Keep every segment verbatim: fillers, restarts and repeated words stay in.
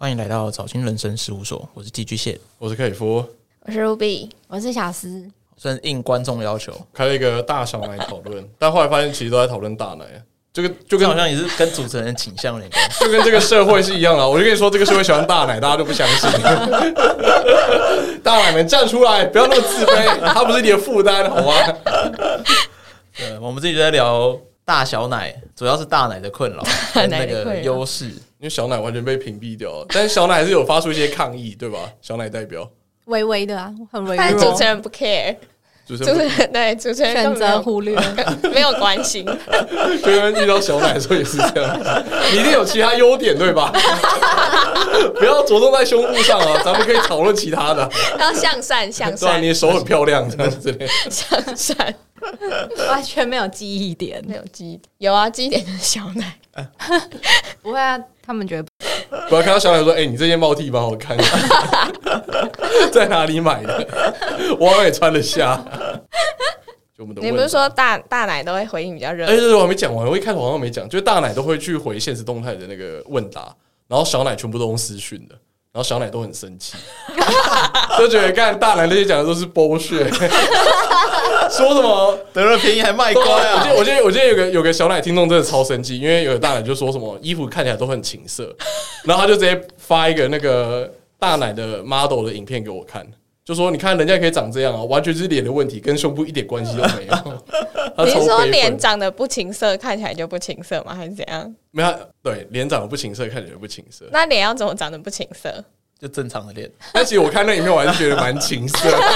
欢迎来到早金人生事务所，我是寄居蟹， 我是克里夫， 我是 Ruby， 我是小思。 算是应观众要求开了一个大小奶讨论，但后来发现其实都在讨论大奶，这个就跟好像也是跟主持人倾向有点关系， 就跟这个社会是一样的。我就跟你说，这个社会喜欢大奶，大家都不相信。大奶们站出来，不要那么自卑，它不是你的负担，好吗？ 对，我们自己就在聊大小奶，主要是大奶的困扰跟那个优势，因为小奶完全被屏蔽掉了，但是小奶还是有发出一些抗议，对吧？小奶代表微微的啊，很微微， 但主持人不 care。 主持人对主持人选择忽略， 没有关心。 就跟遇到小奶的时候也是这样，你一定有其他优点对吧？不要着重在胸部上啊，咱们可以讨论其他的。 要向善，向善。 对啊，你的手很漂亮，这样之类。 向善， 完全没有记忆点， 没有记忆点。有啊，记忆点就是小奶。 不会啊，他们觉得不要看到小奶说：“哎、欸，你这件帽 T 蛮好看的，在哪里买的？我好像也穿得下。”就我们的你不是说大大奶都会回应比较热？ 哎、欸，对对，我还没讲完，我一开始好像没讲，就是大奶都会去回现实动态的那个问答，然后小奶全部都用私讯的，然后小奶都很生气，就觉得干大奶那些讲的都是 bullshit， 说什么得了便宜还卖乖啊！ 我记得我记得有个有个小奶听众真的超生气，因为有个大奶就说什么衣服看起来都很情色，然后他就直接发一个那个大奶的 model 的影片给我看，就说你看人家可以长这样啊，完全就是脸的问题，跟胸部一点关系都没有。 你是说脸长得不情色，看起来就不情色吗？还是怎样？ 没有，对，脸长得不情色，看起来不情色。 那脸要怎么长得不情色？ 就正常的脸。 但其实我看那影片，我还是觉得蛮情色的。哇，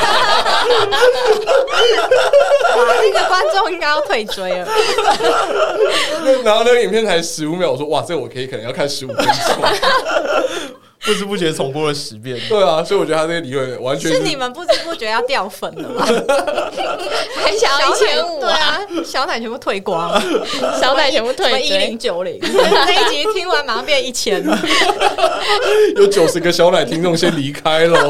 那个观众应该要退追了。 然后那个影片才十五秒，我说哇，这我可以可能要看十五分钟。 不知不觉重播了十遍。 对啊，所以我觉得他这个理论完全 是, 是你们不知不觉要掉粉了吗？ 还想要一千五？ 对啊，小奶全部退光了， 小奶全部退一零九零。那一集听完马上变一千了， 有九十个小奶听众先离开了。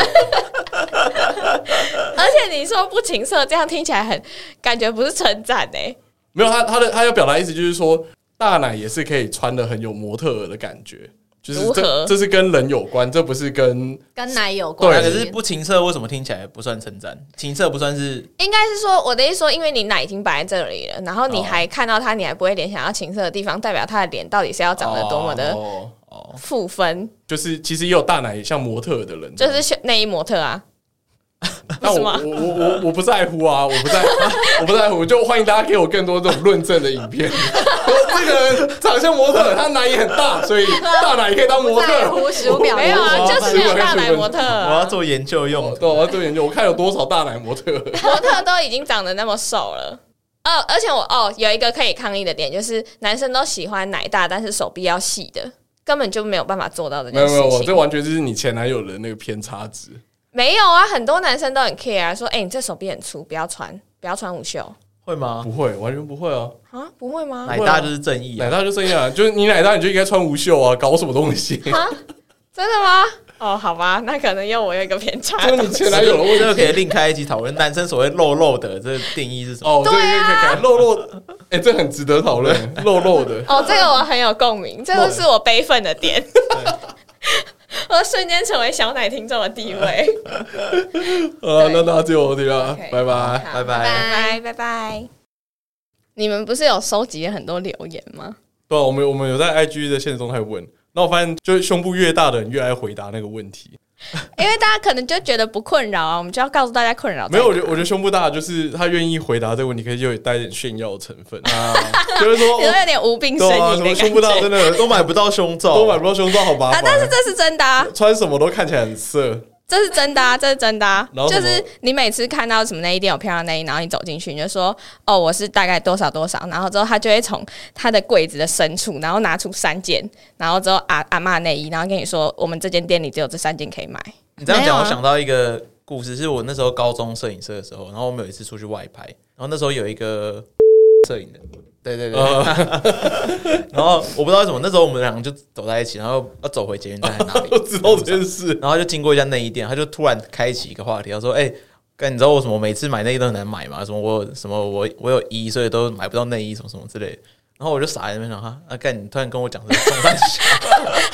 而且你说不情色，这样听起来很感觉不是称赞哎。 没有，他他的他要表达意思就是说，大奶也是可以穿的很有模特儿的感觉。就是这这是跟人有关，这不是跟跟奶有关。 对，可是不情色为什么听起来不算称赞？情色不算是？ 应该是说我的意思说，因为你奶已经摆在这里了，然后你还看到它，你还不会联想到情色的地方，代表他的脸到底是要长得多么的负分。 就是其实也有大奶像模特的人， 就是内衣模特啊。 但我我我我我不在乎啊，我不在，我不在乎，就欢迎大家给我更多这种论证的影片。这个人长相模特，他奶也很大，所以大奶也可以当模特。 十五秒没有啊，就是有大奶模特、啊。 我要做研究用， 对，我要做研究。我看有多少大奶模特， 模特都已经长得那么瘦了。哦，而且我哦有一个可以抗议的点，就是男生都喜欢奶大，但是手臂要细的，根本就没有办法做到这件事情。 没有没有，这完全就是你前男友的那个偏差值。 没有啊，很多男生都很 care 啊，说哎、欸，你这手臂很粗，不要穿，不要穿无袖。 会吗？ 不会，完全不会啊！ 啊，不会吗？ 奶大就是正义、啊， 奶大就正义啊！就是你奶大，你就应该穿无袖啊！搞什么东西？ 啊，真的吗？哦，好吧，那可能又我有一个偏差。 就是你前男友的问题， 这个可以另开一集讨论男生所谓肉肉的这个定义是什么？ 哦，对啊，肉肉，哎、欸，这很值得讨论，肉肉的。 哦，这个我很有共鸣，这个是我悲愤的点。我瞬间成为小奶听众的地位。 呃，那大家就我听了，拜拜， 拜拜， 拜拜，拜拜。你们不是有收集了很多留言吗？ 对啊，我们我们有在 I G 的现实中还问，那我发现就是胸部越大的人越爱回答那个问题。 因为大家可能就觉得不困扰啊，我们就要告诉大家困扰。 没有，我觉得我觉得胸部大就是他愿意回答这个问题，可以就有带一点炫耀的成分啊，就是说有点无病呻吟的感觉。 什么胸部大真的都买不到胸罩， 都买不到胸罩，好麻烦、 啊。但是这是真的啊， 穿什么都看起来很色。 这是真的啊，这是真的啊，就是你每次看到什么内衣店有漂亮内衣，然后你走进去，你就说哦，我是大概多少多少，然后之后他就会从他的柜子的深处，然后拿出三件，然后之后阿阿嬷内衣，然后跟你说我们这间店里只有这三件可以买。 你这样讲，我想到一个故事，是我那时候高中摄影社的时候，然后我们有一次出去外拍，然后那时候有一个摄影的。对对对，然后我不知道为什么那时候我们两个就走在一起，然后要走回捷运站在哪里， 我知道这件事， 然后就经过一家内衣店，他就突然开启一个话题，他说：“哎、欸，干，你知道我什么每次买内衣都很难买吗？什么我什么我我有一，所以都买不到内衣，什么什么之类的。”然后我就傻在那边想哈，啊干，你突然跟我讲这个中山小，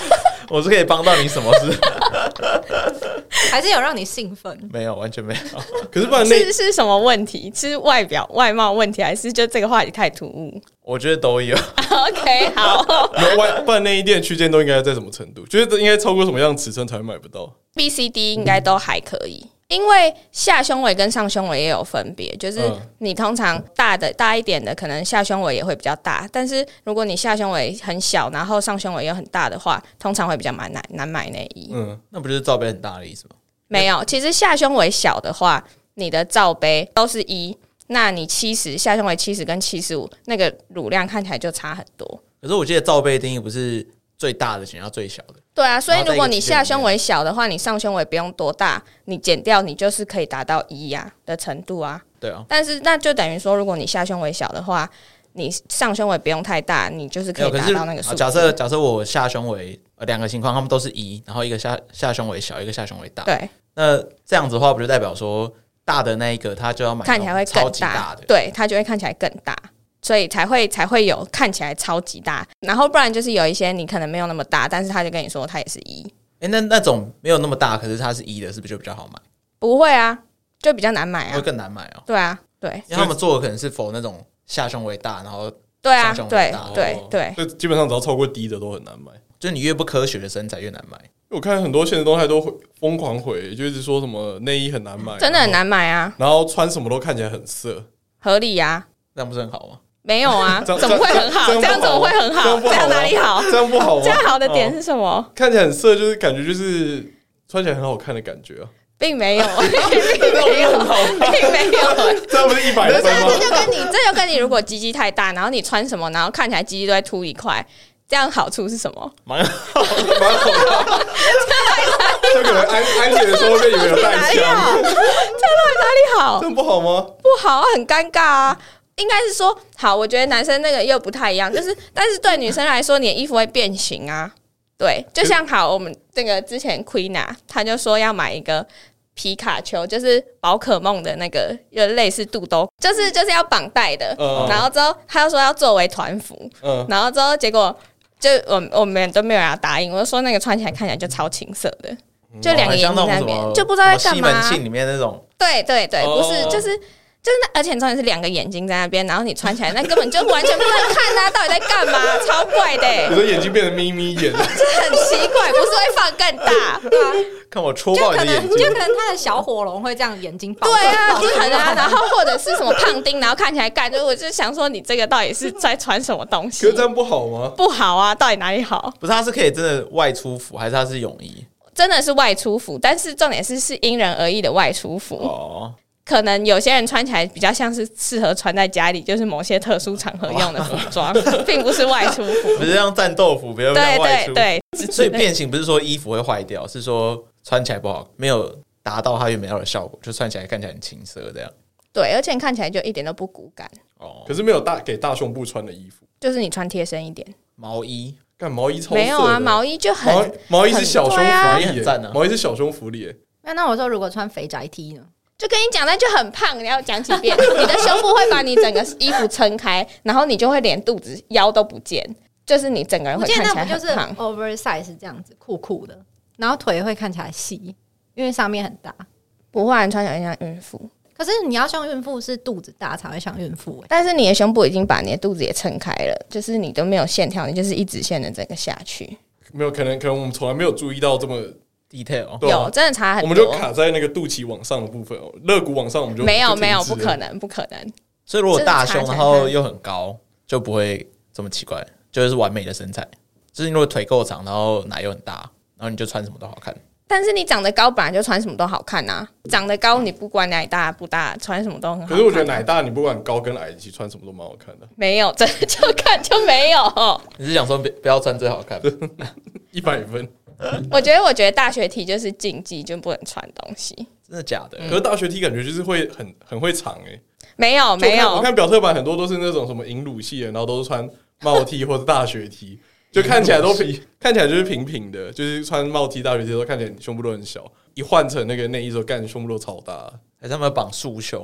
我是可以帮到你什么事？ 还是有让你兴奋？ 没有，完全没有。 可是不然那是是什么问题？是外表外貌问题，还是就这个话题太突兀？ 我觉得都有。 OK， 好。 外不然内衣店区间都应该在什么程度？觉得应该超过什么样的尺寸才会买不到 ？B、C、D 应该都还可以。因为下胸围跟上胸围也有分别，就是你通常大的大一点的，可能下胸围也会比较大，但是如果你下胸围很小，然后上胸围又很大的话，通常会比较蛮难难买内衣。 嗯，那不就是罩杯很大的意思吗？ 没有，其实下胸围小的话，你的罩杯都是一，那你七十下胸围七十跟七十五，那个乳量看起来就差很多。 可是我记得罩杯定义不是最大的减到最小的。 对啊，所以如果你下胸围小的话，你上胸围不用多大，你减掉你就是可以达到一呀的程度啊。 对啊， 但是那就等于说，如果你下胸围小的话，你上胸围不用太大，你就是可以达到那个数字。 假设假设我下胸围呃两个情况，他们都是一，然后一个下下胸围小，一个下胸围大。 对， 那这样子的话，不就代表说大的那一个它就要买看起来会更超级大的， 对，它就会看起来更大。所以才会才会有看起来超级大，然后不然就是有一些你可能没有那么大，但是他就跟你说他也是一。 哎、欸，那那种没有那么大，可是它是一的，是不是就比较好买？ 不会啊，就比较难买啊， 会更难买哦。 对啊，对， 因为他们做的可能是否那种下胸围大，然后对啊， 上胸围大， 对对对，基本上只要超过低的都很难买。 就是你越不科学的身材越难买。 我看很多现实动态都疯狂回，就一直说什么内衣很难买， 真的很难买啊， 然后穿什么都看起来很色， 合理啊， 这样不是很好吗？ 没有啊，怎么会很好？这样怎么会很好？这样哪里好？ 这样不好吗？ 这样好的点是什么？ 哦、看起来很色，就是感觉就是穿起来很好看的感觉啊， 并没有，并没有，并没有， 这样不是一百分吗？ 这就跟你，这就跟你如果鸡鸡太大，然后你穿什么，然后看起来鸡鸡都会凸一块，这样好处是什么？ 蛮好， 蛮好的。就可能安安检的时候就以为有带枪，这样到底哪里好？ 这样不好吗？ 不好，很尴尬啊。应该是说，好，我觉得男生那个又不太一样，就是，但是对女生来说，你的衣服会变形啊。对，就像好，我们这个之前 Queen 他就说要买一个皮卡丘，就是宝可梦的那个，有类似肚兜，就是就是要绑带的。嗯、然后之后他又说要作为团服，嗯、然后之后结果就我我们都没有人要答应，我就说那个穿起来看起来就超情色的，就两个眼睛在那边，就不知道在干嘛。西门庆里面那种， 对对对，不是就是。就是那，而且重点是两个眼睛在那边，然后你穿起来，那根本就完全不能看啊，到底在干嘛？超怪的、欸。 你说眼睛变成眯眯眼， 这很奇怪，不是会放更大？对啊， 看我戳爆你的眼睛， 就可能他的小火龙会这样眼睛爆。 对啊，不可能啊。然后或者是什么胖丁，然后看起来干，就我就想说，你这个到底是在穿什么东西？ 可是这样不好吗？ 不好啊，到底哪里好？ 不是，它是可以真的外出服，还是它是泳衣？ 真的是外出服，但是重点是是因人而异的外出服哦。可能有些人穿起来比较像是适合穿在家里，就是某些特殊场合用的服装，并不是外出服， 不是像战斗服，不要像外出。 对对对，所以变形不是说衣服会坏掉，是说穿起来不好，没有达到它原本要的效果，就穿起来看起来很情色这样。 对，而且看起来就一点都不骨感。 哦，可是没有大给大胸部穿的衣服， 就是你穿贴身一点， 毛衣。 干毛衣超色的没有啊，毛衣就很毛, 毛衣是小胸福利、欸， 很赞啊， 毛衣是小胸福利、欸。 那那我说如果穿肥宅 T 呢？ 就跟你讲，那就很胖，你要讲几遍？你的胸部会把你整个衣服撑开，然后你就会连肚子、腰都不见，就是你整个人会看起来很胖。 我记得那不就是 oversize 这样子酷酷的，然后腿会看起来细，因为上面很大。 不会，穿起来像孕妇。 可是你要像孕妇是肚子大才会像孕妇、欸， 但是你的胸部已经把你的肚子也撑开了，就是你都没有线条，你就是一直线的整个下去。 没有，可能可能我们从来没有注意到这么。 detail 有真的差很多， 我们就卡在那个肚脐往上的部分哦，肋骨往上我们就没有没有，不可能不可能。 所以如果大胸然后又很高，就不会这么奇怪，就是完美的身材。就是如果腿够长，然后奶又很大，然后你就穿什么都好看。 但是你长得高，本来就穿什么都好看啊。长得高，你不管奶大不大，穿什么都很好看、啊。 可是我觉得奶大，你不管高跟矮，一起穿什么都蛮好看的。 没有，真的就看就没有。 你是想说不要穿最好看？ 一百分。 我觉得，我觉得大学 T 就是禁忌，就不能穿东西。 真的假的？ 可是大学 T 感觉就是会很很会藏哎、欸。 没有没有， 我看表特版很多都是那种什么银乳系的，然后都是穿帽 T 或者大学 T， 就看起来都平，看起来就是平平的，就是穿帽 T 大学 T 的时候看起来胸部都很小，一换成那个内衣之后，干胸部都超大。 还是他们绑束胸？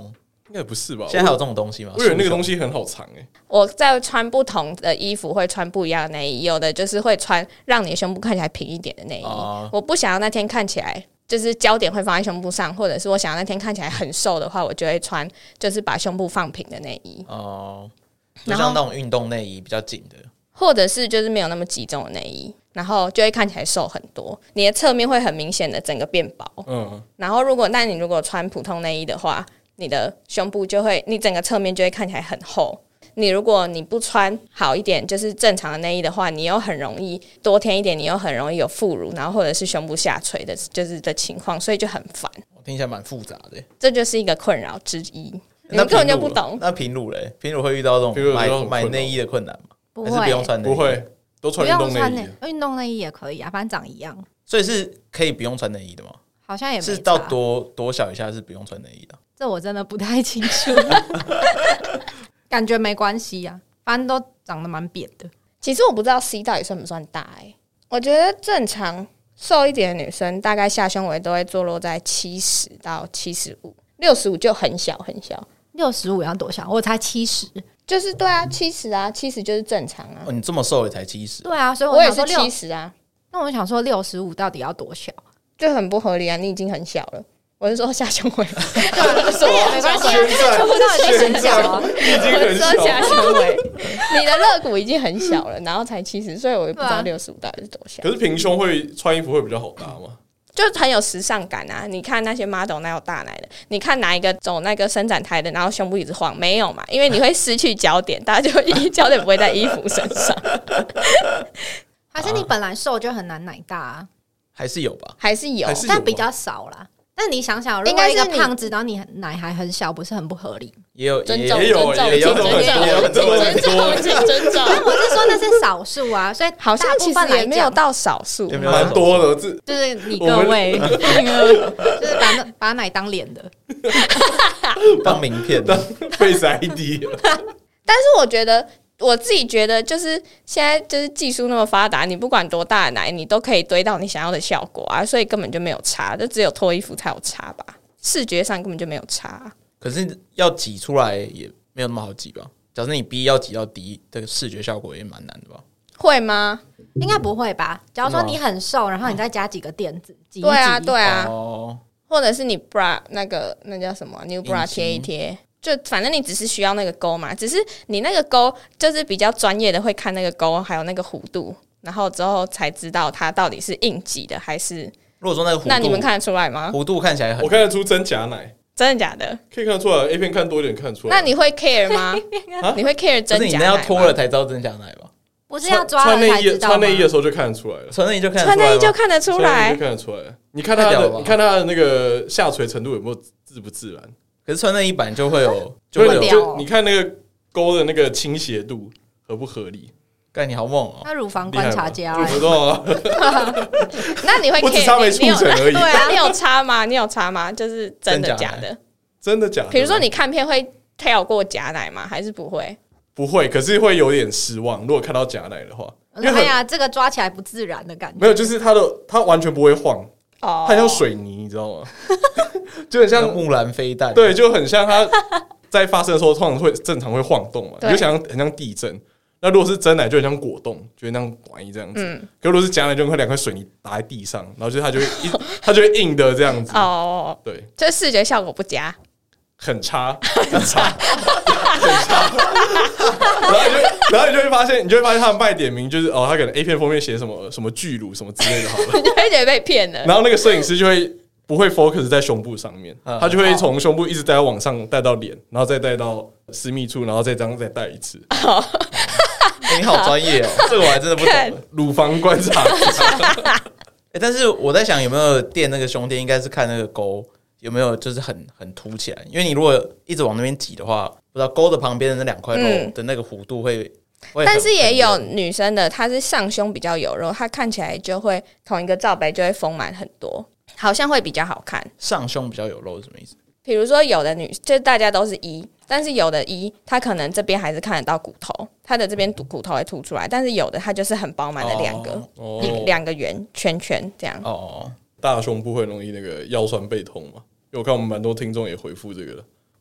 应该不是吧？ 现在还有这种东西吗？ 我以为那个东西很好藏哎、欸。 我在穿不同的衣服会穿不一样的内衣，有的就是会穿让你的胸部看起来平一点的内衣。哦、我不想要那天看起来就是焦点会放在胸部上，或者是我想要那天看起来很瘦的话，我就会穿就是把胸部放平的内衣。 哦，就像那种运动内衣比较紧的， 或者是就是没有那么集中的内衣。然后就会看起来瘦很多，你的侧面会很明显的整个变薄。嗯，然后如果但你如果穿普通内衣的话，你的胸部就会，你整个侧面就会看起来很厚。你如果你不穿好一点，就是正常的内衣的话，你又很容易多添一点，你又很容易有副乳，然后或者是胸部下垂的，就是的情况，所以就很烦。 我听起来蛮复杂的， 这就是一个困扰之一。你们根本就不懂。 那平乳嘞？平乳会遇到这种买买内衣的困难吗？ 不会， 还是不用穿内衣？ 不会。都穿运动内衣， 运动内衣也可以啊，反正长一样。 所以是可以不用穿内衣的吗？ 好像也没差。 是到多多小以下是不用穿内衣的？ 这我真的不太清楚，感觉没关系呀、啊，反正都长得蛮扁的。 其实我不知道 C 到底算不算大哎、欸，我觉得正常瘦一点的女生，大概下胸围都会坐落在七十到七十五，六十五就很小很小。 六十五要多小？我才七十。 就是对啊，七十啊，七十就是正常啊。 哦，你这么瘦也才七十？ 对啊，所以我也是七十啊。 那我想说，六十五到底要多小？ 就很不合理啊！你已经很小了。我是说下胸围， 对，所以也没关系啊，胸部到底很小啊， 你已经很小。 我说下胸围，你的肋骨已经很小了，然后才七十，所以我也不知道六十五到底是多小。 可是平胸会穿衣服会比较好搭吗？ 就很有时尚感啊！你看那些 model 哪有大奶的？你看哪一个走那个伸展台的，然后胸部一直晃，没有嘛？因为你会失去焦点，大家就会焦点不会在衣服身上。 还是你本来瘦就很难奶大啊？ 还是有吧？ 还是有， 但比较少啦。但你想想，如果一个胖子，然后你奶还很小，不是很不合理？ 也有， 尊重， 也有， 也有， 尊重， 尊重，尊重。 但我是说那是少数啊，所以好像其实也没有到少数， 蛮多的。 就是你各位，就是把把奶当脸的， 当名片， 当 Face I D。 但是我觉得。我自己觉得，就是现在就是技术那么发达，你不管多大的奶，你都可以堆到你想要的效果啊，所以根本就没有差，就只有脱衣服才有差吧，视觉上根本就没有差、啊。 可是要挤出来也没有那么好挤吧？假设你逼要挤到低，这个视觉效果也蛮难的吧？ 会吗？ 应该不会吧？假如说你很瘦，然后你再加几个垫子，挤一挤， 对啊，对啊， 哦， 或者是你 bra 那个那叫什么 new bra 贴一贴。就反正你只是需要那个钩嘛，只是你那个钩就是比较专业的会看那个钩还有那个弧度，然后之后才知道它到底是硬挤的还是。 如果说那个弧度， 那你们看得出来吗？ 弧度看起来很， 我看得出真假奶， 真的假的？ 可以看得出来 ，A 片看多一点看得出来。 那你会 care 吗？你会 care 真假奶吗？ 你那要脱了才知道真假奶吧？ 不是要抓了才知道吗？ 穿内衣的时候就看得出来了， 穿内衣就看得出来， 穿内衣就看得出来， 就看得出来。你看它的，你看它的那个下垂程度有没有自不自然？ 可是穿内衣版就会有， 就会有，就你看那个沟的那个倾斜度合不合理？ 干，你好猛哦！ 他乳房观察家、欸， 我知道啊。 那你会 care？ 我只差没促成而已。 对啊，你有差吗？你有差吗？就是真的假的？ 真的假的？ 比如说你看片会跳过假奶吗？还是不会？ 不会，可是会有点失望。如果看到假奶的话， 哎呀，这个抓起来不自然的感觉。 没有，就是它的它完全不会晃。 哦， 它像水泥，你知道吗？就很像木兰飞弹， 对，就很像它在发生的时候，通常会正常会晃动嘛，你就想很像地震。那如果是真奶，就很像果冻，就会那样拐这样子。嗯，可如果是假奶，就会两块水泥打在地上，然后就它就会一，它就会硬的这样子。 哦， 对， 就视觉效果不佳， 很差，很差，很差。然后你就，然后你就会发现，你就会发现他的卖点名就是哦，他可能 A 片封面写什么什么巨乳什么之类的，好了， 你就会觉得被骗了。 然后那个摄影师就会不会 focus 在胸部上面，嗯、他就会从胸部一直带到往上，带到脸，然后再带到私密处，然后再这样再带一次。 哦欸、你好专业哦，这个我还真的不懂。 乳房观察欸，但是我在想有没有垫那个胸垫，应该是看那个沟有没有就是很很凸起来，因为你如果一直往那边挤的话，不知道沟的旁边的那两块肉的那个弧度会。嗯、 但是也有女生的，她是上胸比较有肉，她看起来就会同一个罩杯就会丰满很多，好像会比较好看。 上胸比较有肉是什么意思？ 比如说有的女，就大家都是一，但是有的一，她可能这边还是看得到骨头，她的这边骨头会凸出来，但是有的她就是很饱满的两个，两、哦、个圆圈圈这样。 哦，大胸部会容易那个腰酸背痛嘛？因为我看我们蛮多听众也回复这个了。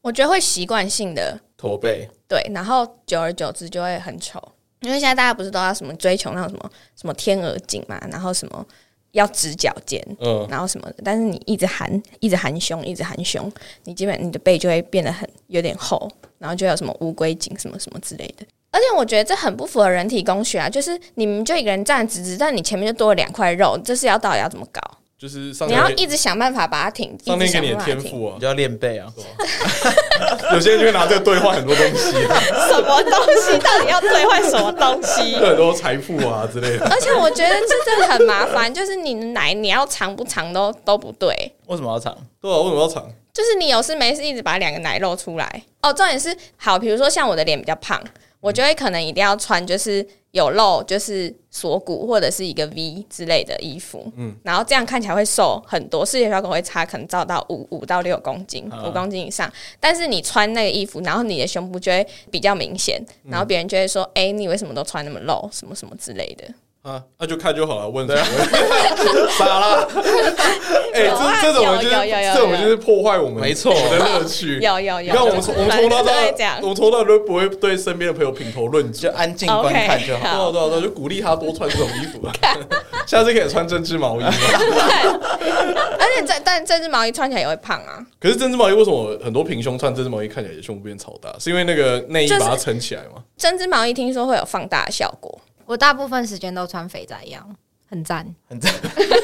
我觉得会习惯性的驼背， 对，然后久而久之就会很丑。因为现在大家不是都要什么追求那种什么什么天鹅颈嘛，然后什么要直角肩，嗯，然后什么的，但是你一直含一直含胸，一直含胸，你基本你的背就会变得很有点厚，然后就有什么乌龟颈什么什么之类的。而且我觉得这很不符合人体工学啊，就是你们就一个人站直直，但你前面就多了两块肉，这是要到底要怎么搞？ 就是上你要一直想办法把它挺， 上天给你的天赋啊， 你就要练背啊。 有些人就会拿这个兑换很多东西、啊， 什么东西？到底要兑换什么东西？ 很多财富啊之类的。 而且我觉得这真的很麻烦，就是你的奶你要长不长都都不对。 为什么要长？ 对啊，为什么要长？ 就是你有事没事一直把两个奶露出来。哦，重点是好，比如说像我的脸比较胖，我就会可能一定要穿就是有露就是锁骨或者是一个 V 之类的衣服，嗯，然后这样看起来会瘦很多，视觉效果会差，可能照到五五到六公斤，五、啊、公斤以上。但是你穿那个衣服，然后你的胸部就会比较明显，然后别人就会说：“哎、欸，你为什么都穿那么露？什么什么之类的。” 啊，那、啊、就看就好了，问什么？傻啦！哎、欸，这这种就是这种就是破坏我们没错的乐趣。 有有有， 你看我们从我们从到到我们从到都不会对身边的朋友品头论足， 就安静观看就好。 Okay, 对对对，就鼓励他多穿这种衣服。下次可以穿针织毛衣。 而且这但针织毛衣穿起来也会胖啊。 可是针织毛衣为什么很多平胸穿针织毛衣看起来胸部变超大？是因为那个内衣把它撑起来吗？ 针织毛衣听说会有放大的效果。 我大部分时间都穿肥宅一样，很赞， 很赞。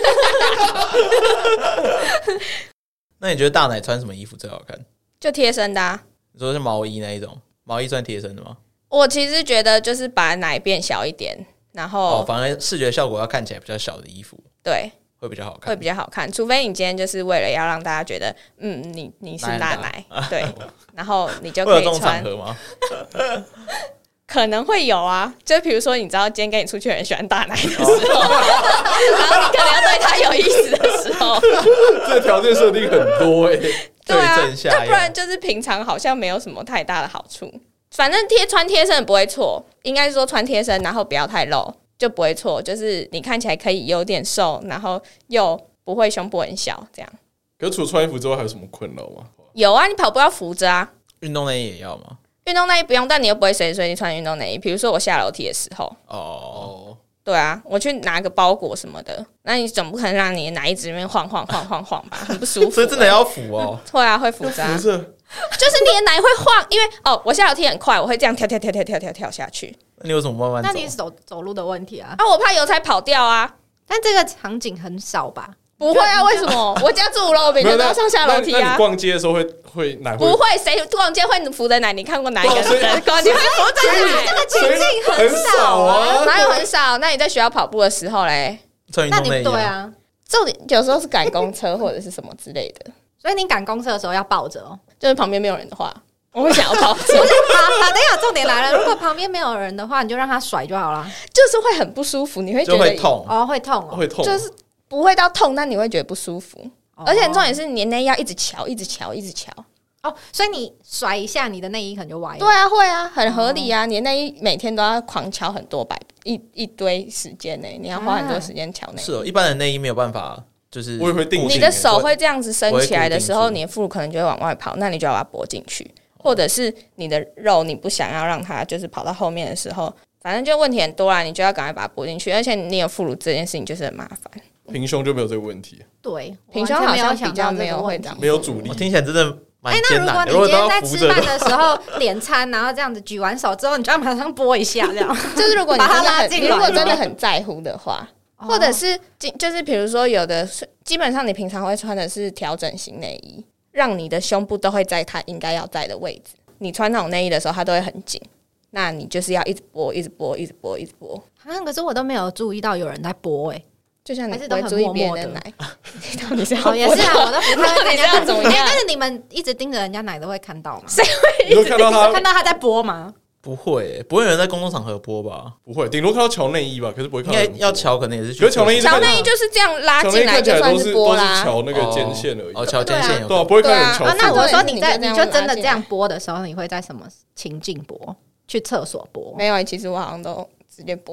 那你觉得大奶穿什么衣服最好看？ 就贴身的啊。 你说是毛衣那一种？毛衣算贴身的吗？ 我其实觉得就是把奶变小一点，然后哦，反而视觉效果要看起来比较小的衣服， 对， 会比较好看， 会比较好看。除非你今天就是为了要让大家觉得，嗯，你你是大奶，对，然后你就可以穿。会有这种场合吗？可能会有啊，就比如说，你知道今天跟你出去的人喜欢大奶的时候，然后你可能要对他有意思的时候， 这个条件设定很多哎、欸。 对啊，那不然就是平常好像没有什么太大的好处。反正贴穿贴身不会错，应该是说穿贴身，然后不要太露就不会错。就是你看起来可以有点瘦，然后又不会胸部很小，这样。 可是除了穿衣服之外，还有什么困扰吗？ 有啊，你跑步要扶着啊。 运动内衣也要吗？ 运动内衣不用，但你又不会随时随地穿运动内衣。比如说我下楼梯的时候， 哦， 对啊，我去拿个包裹什么的，那你总不可能让你的奶一直在那边晃晃晃晃晃吧，很不舒服、欸。 所以真的要扶哦。 会啊，会扶着、啊。 扶着， 就是你的奶会晃，因为哦，我下楼梯很快，我会这样跳跳跳跳跳跳跳下去。 那你为什么慢慢走？ 那你是走走路的问题啊？ 啊，我怕邮差跑掉啊。 但这个场景很少吧？ 不会啊，为什么？我家住五楼，每天都要上下楼梯啊。 那你逛街的时候会会奶会？ 不会，谁逛街会扶着奶？你看过哪一个人逛街会扶着奶？ 这个情境很少啊， 哪有很少？那你在学校跑步的时候嘞？ 穿运动内衣对啊， 重点有时候是赶公车或者是什么之类的。 所以你赶公车的时候要抱着哦， 就是旁边没有人的话，我会想要抱着。 好，好，等一下，重点来了，如果旁边没有人的话，你就让他甩就好了。 就是会很不舒服，你会觉得就会痛哦，会痛哦， 会痛， 就是。不会到痛，但你会觉得不舒服，哦、而且重点是你的内衣要一直瞧，一直瞧，一直瞧。 哦，所以你甩一下，你的内衣可能就歪了。 对啊，会啊，很合理啊。哦、你的内衣每天都要狂瞧很多百一一堆时间呢、欸，你要花很多时间瞧内衣。 是哦，一般的内衣没有办法，就是我也会定。 你的手会这样子伸起来的时候，你的副乳可能就会往外跑，那你就要把它拨进去，或者是你的肉你不想要让它就是跑到后面的时候，反正就问题很多啦，你就要赶快把它拨进去。而且你有副乳这件事情就是很麻烦。 平胸就没有这个问题， 对， 平胸好像比较没有会这样， 没有阻力。 我听起来真的蛮艰难的。 欸、那如果你今天在吃饭的时候点餐，然后这样子举完手之后，你就要马上拨一下，这样就是如果你真的很，你如果真的很在乎的话，或者是就是比如说有的基本上你平常会穿的是调整型内衣，让你的胸部都会在它应该要在的位置。你穿那种内衣的时候，它都会很紧，那你就是要一直拨，一直拨，一直拨，一直拨。 啊，可是我都没有注意到有人在拨哎、欸。 就像你不会注意别人的奶，你到底是要也是啊，我都不看人家怎么样。 但是你们一直盯着人家奶都会看到吗？ 谁会一直看到他看到他在播吗？ 不会、欸，不会有人在公众场合播吧？ 不会，顶多看到瞧内衣吧，可是不会看到。 应该要瞧，可能也是。 可是瞧内衣， 瞧内衣就是这样拉进来，就算是播啦。 瞧那个肩线而已。 哦，瞧肩线有。 对啊，不会看人瞧。 那我说你在，你就真的这样播的时候，你会在什么情境播？去厕所播？ 没有，其实我好像都直接播。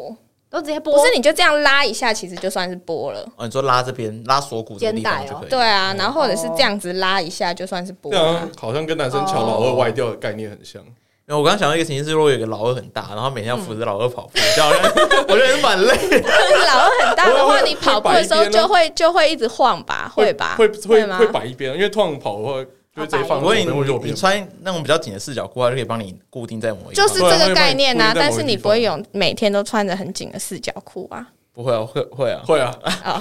都直接剥？ 不是，你就这样拉一下，其实就算是剥了。 哦，你说拉这边拉锁骨这个地方就可以。 对啊，然后或者是这样子拉一下，就算是剥了。 这样好像跟男生瞧老二歪掉的概念很像。 因为我刚刚想到一个情形是，如果有一个老二很大，然后每天要扶着老二跑步，这样我觉得蛮累。 老二很大的话，你跑步的时候就会就会一直晃吧，会吧？ 会会吗？ 会摆一边，因为通常跑的话就直接放左边或右边。 你穿那种比较紧的四角裤，它就可以帮你固定在某一个。 就是这个概念啊，但是你不会有每天都穿着很紧的四角裤啊。 不会啊，会会啊， 会啊。 哦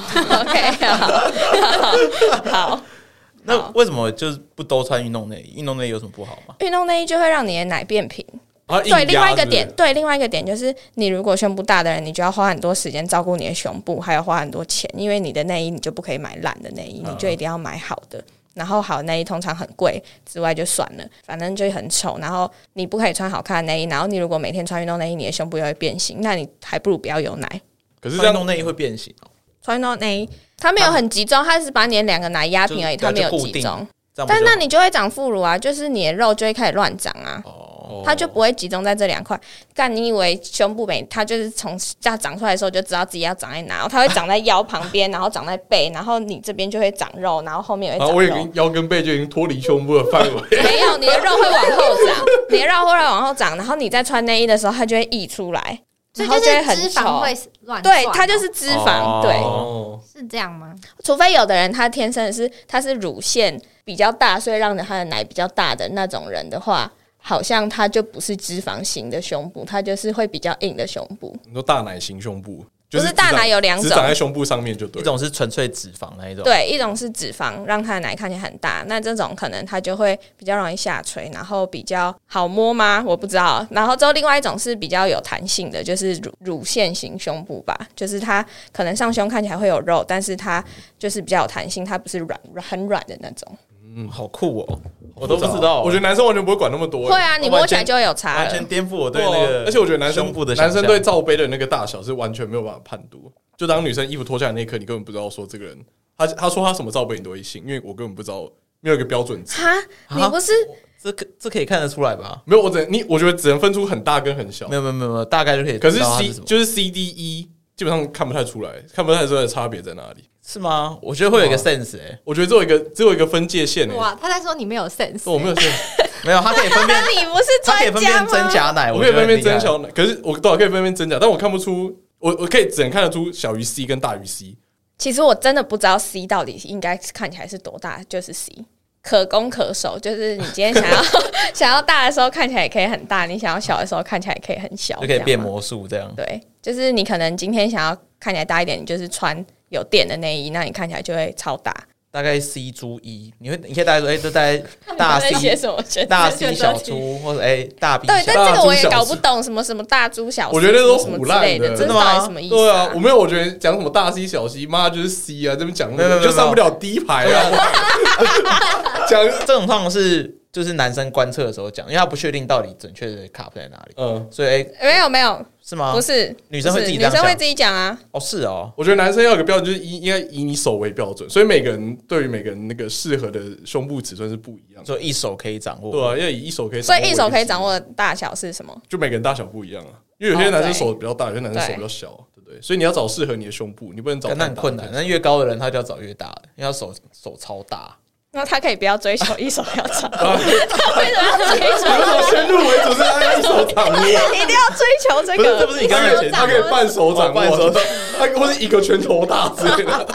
，OK， 好，好。 那为什么就是不都穿运动内衣？运动内衣有什么不好吗？ 运动内衣就会让你的奶变平。 啊、 对，另外一个点，对，另外一个点就是，你如果胸部大的人，你就要花很多时间照顾你的胸部，还要花很多钱，因为你的内衣你就不可以买烂的内衣，你就一定要买好的。然后好的内衣通常很贵，之外就算了，反正就很丑。然后你不可以穿好看的内衣，然后你如果每天穿运动内衣，你的胸部又会变形，那你还不如不要有奶。 可是这样运动内衣会变形哦。 穿运动内衣，它没有很集中，它是把你的两个奶压平而已，它没有集中。但那你就会长副乳啊，就是你的肉就会开始乱长啊。哦，它就不会集中在这两块。干，你以为胸部美，它就是从这长出来的时候就知道自己要长在哪，然后它会长在腰旁边，然后长在背，然后你这边就会长肉，然后后面也会长肉。 啊，我已经腰跟背就已经脱离胸部的范围。 没有，你的肉会往后长，你的肉会往后长，然后你在穿内衣的时候，它就会溢出来。然后就会很脂肪会乱， 对，它就是脂肪， 哦、 对， 是这样吗？ 除非有的人他天生是他是乳腺比较大，所以让他的奶比较大的那种人的话，好像他就不是脂肪型的胸部，他就是会比较硬的胸部。 你说大奶型胸部？ 不是大奶有两种， 只长在胸部上面就对， 一种是纯粹脂肪那一种， 对，一种是脂肪让它的奶看起来很大，那这种可能它就会比较容易下垂，然后比较好摸吗？我不知道。然后之后另外一种是比较有弹性的，就是乳乳腺型胸部吧，就是它可能上胸看起来会有肉，但是它就是比较有弹性，它不是软很软的那种。 嗯，好酷哦！我都不知道， 我觉得男生完全不会管那么多。 会啊，你摸起来就会有差了， 完全颠覆我对那个。 而且我觉得男生胸部的男生对罩杯的那个大小是完全没有办法判读。就当女生衣服脱下来那一刻，你根本不知道说这个人，他他说他什么罩杯你都会信，因为我根本不知道，没有一个标准值。 哈，你不是这可这可以看得出来吧？ 没有，我只你我觉得只能分出很大跟很小。 没有没有没有，大概就可以。 可是 C 就是 C D E 基本上看不太出来，看不太出来的差别在哪里。 是吗？我觉得会有一个 sense 哎、欸， 我觉得只有一个只有一个分界线哎、欸。 哇，他在说你没有 sense，、欸、 我没有 sense， 没有，他可以分辨。 你不是专家吗？ 他可以分辨真假奶， 我可以分辨真小奶，可是我多少可以分辨真假，但我看不出，我我可以只能看得出小于 C 跟大于 C。 其实我真的不知道 C 到底应该看起来是多大，就是 C。可攻可守，就是你今天想要想要大的时候看起来也可以很大，你想要小的时候看起来也可以很小， 就可以变魔术这样。 对，就是你可能今天想要看起来大一点，你就是穿有垫的内衣，那你看起来就会超大， 大概 C 猪一，你会你可以大概说，哎、欸，这大概大 C 写什么？ 大 C 小猪，或者哎、欸、大 B 小。 对，但这个我也搞不懂，什么什么大猪小 C， 我觉得都唬烂的， 真的吗？ 什么意思、啊？ 对啊，我没有，我觉得讲什么大 C 小 C， 妈就是 C 啊，这边讲那个就上不了 D 牌啊。 讲这种通常是就是男生观测的时候讲，因为他不确定到底准确的卡在哪里，嗯，所以、欸、 没有没有是吗？ 不是， 女生会自己这样想， 女生会自己讲啊。 哦，是哦， 我觉得男生要有个标准，就是以应该以你手为标准，所以每个人对于每个人那个适合的胸部尺寸是不一样的， 所以一手可以掌握， 对啊，要以一手可以掌握，所以一手可以掌握的大小是什么？ 就每个人大小不一样啊，因为有些男生手比较大，有些男生手比较小，对不对？所以你要找适合你的胸部，你不能找那很困难。那越高的人他就要找越大的，因为他手手超大。 那他可以不要追求一手要长，他为什么要追求？ 以先入为主是按一手掌握， 一定要追求这个？ 不是，这不是你刚才讲， 他可以半手掌握，他或是一个拳头大之类的。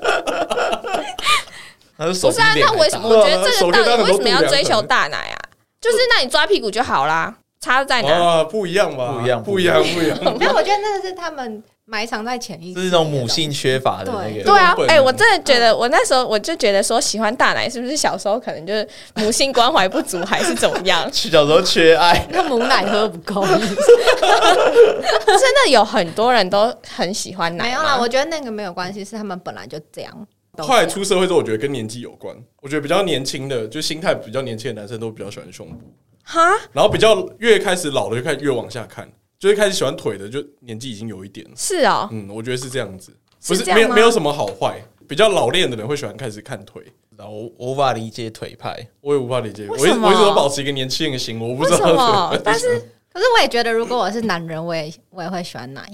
不是啊，那为什么？我觉得这个到底为什么要追求大奶啊？就是那你抓屁股就好啦，差在哪？ 啊，不一样吧？ 不一样， 不一样，不一样。 没有，我觉得那个是他们埋藏在潜意识， 是那种母性缺乏的那个。 对啊，哎、欸，我真的觉得，我那时候我就觉得说，喜欢大奶是不是小时候可能就是母性关怀不足，还是怎么样？ 小时候缺爱， 那母奶喝不够。真的有很多人都很喜欢奶， 没有啦，我觉得那个没有关系，是他们本来就这样。 后来出社会之后，我觉得跟年纪有关。我觉得比较年轻的，就心态比较年轻的男生都比较喜欢胸部。 哈， 然后比较越开始老的就开始越往下看。就是开始喜欢腿的，就年纪已经有一点了。 是哦， 嗯，我觉得是这样子，不是是没有没有什么好坏。比较老练的人会喜欢开始看腿， 然后我无法理解腿派， 我也无法理解。我一我一直都保持一个年轻人的心，我不知道为什么。但是， 可是我也觉得，如果我是男人，我也我也会喜欢奶。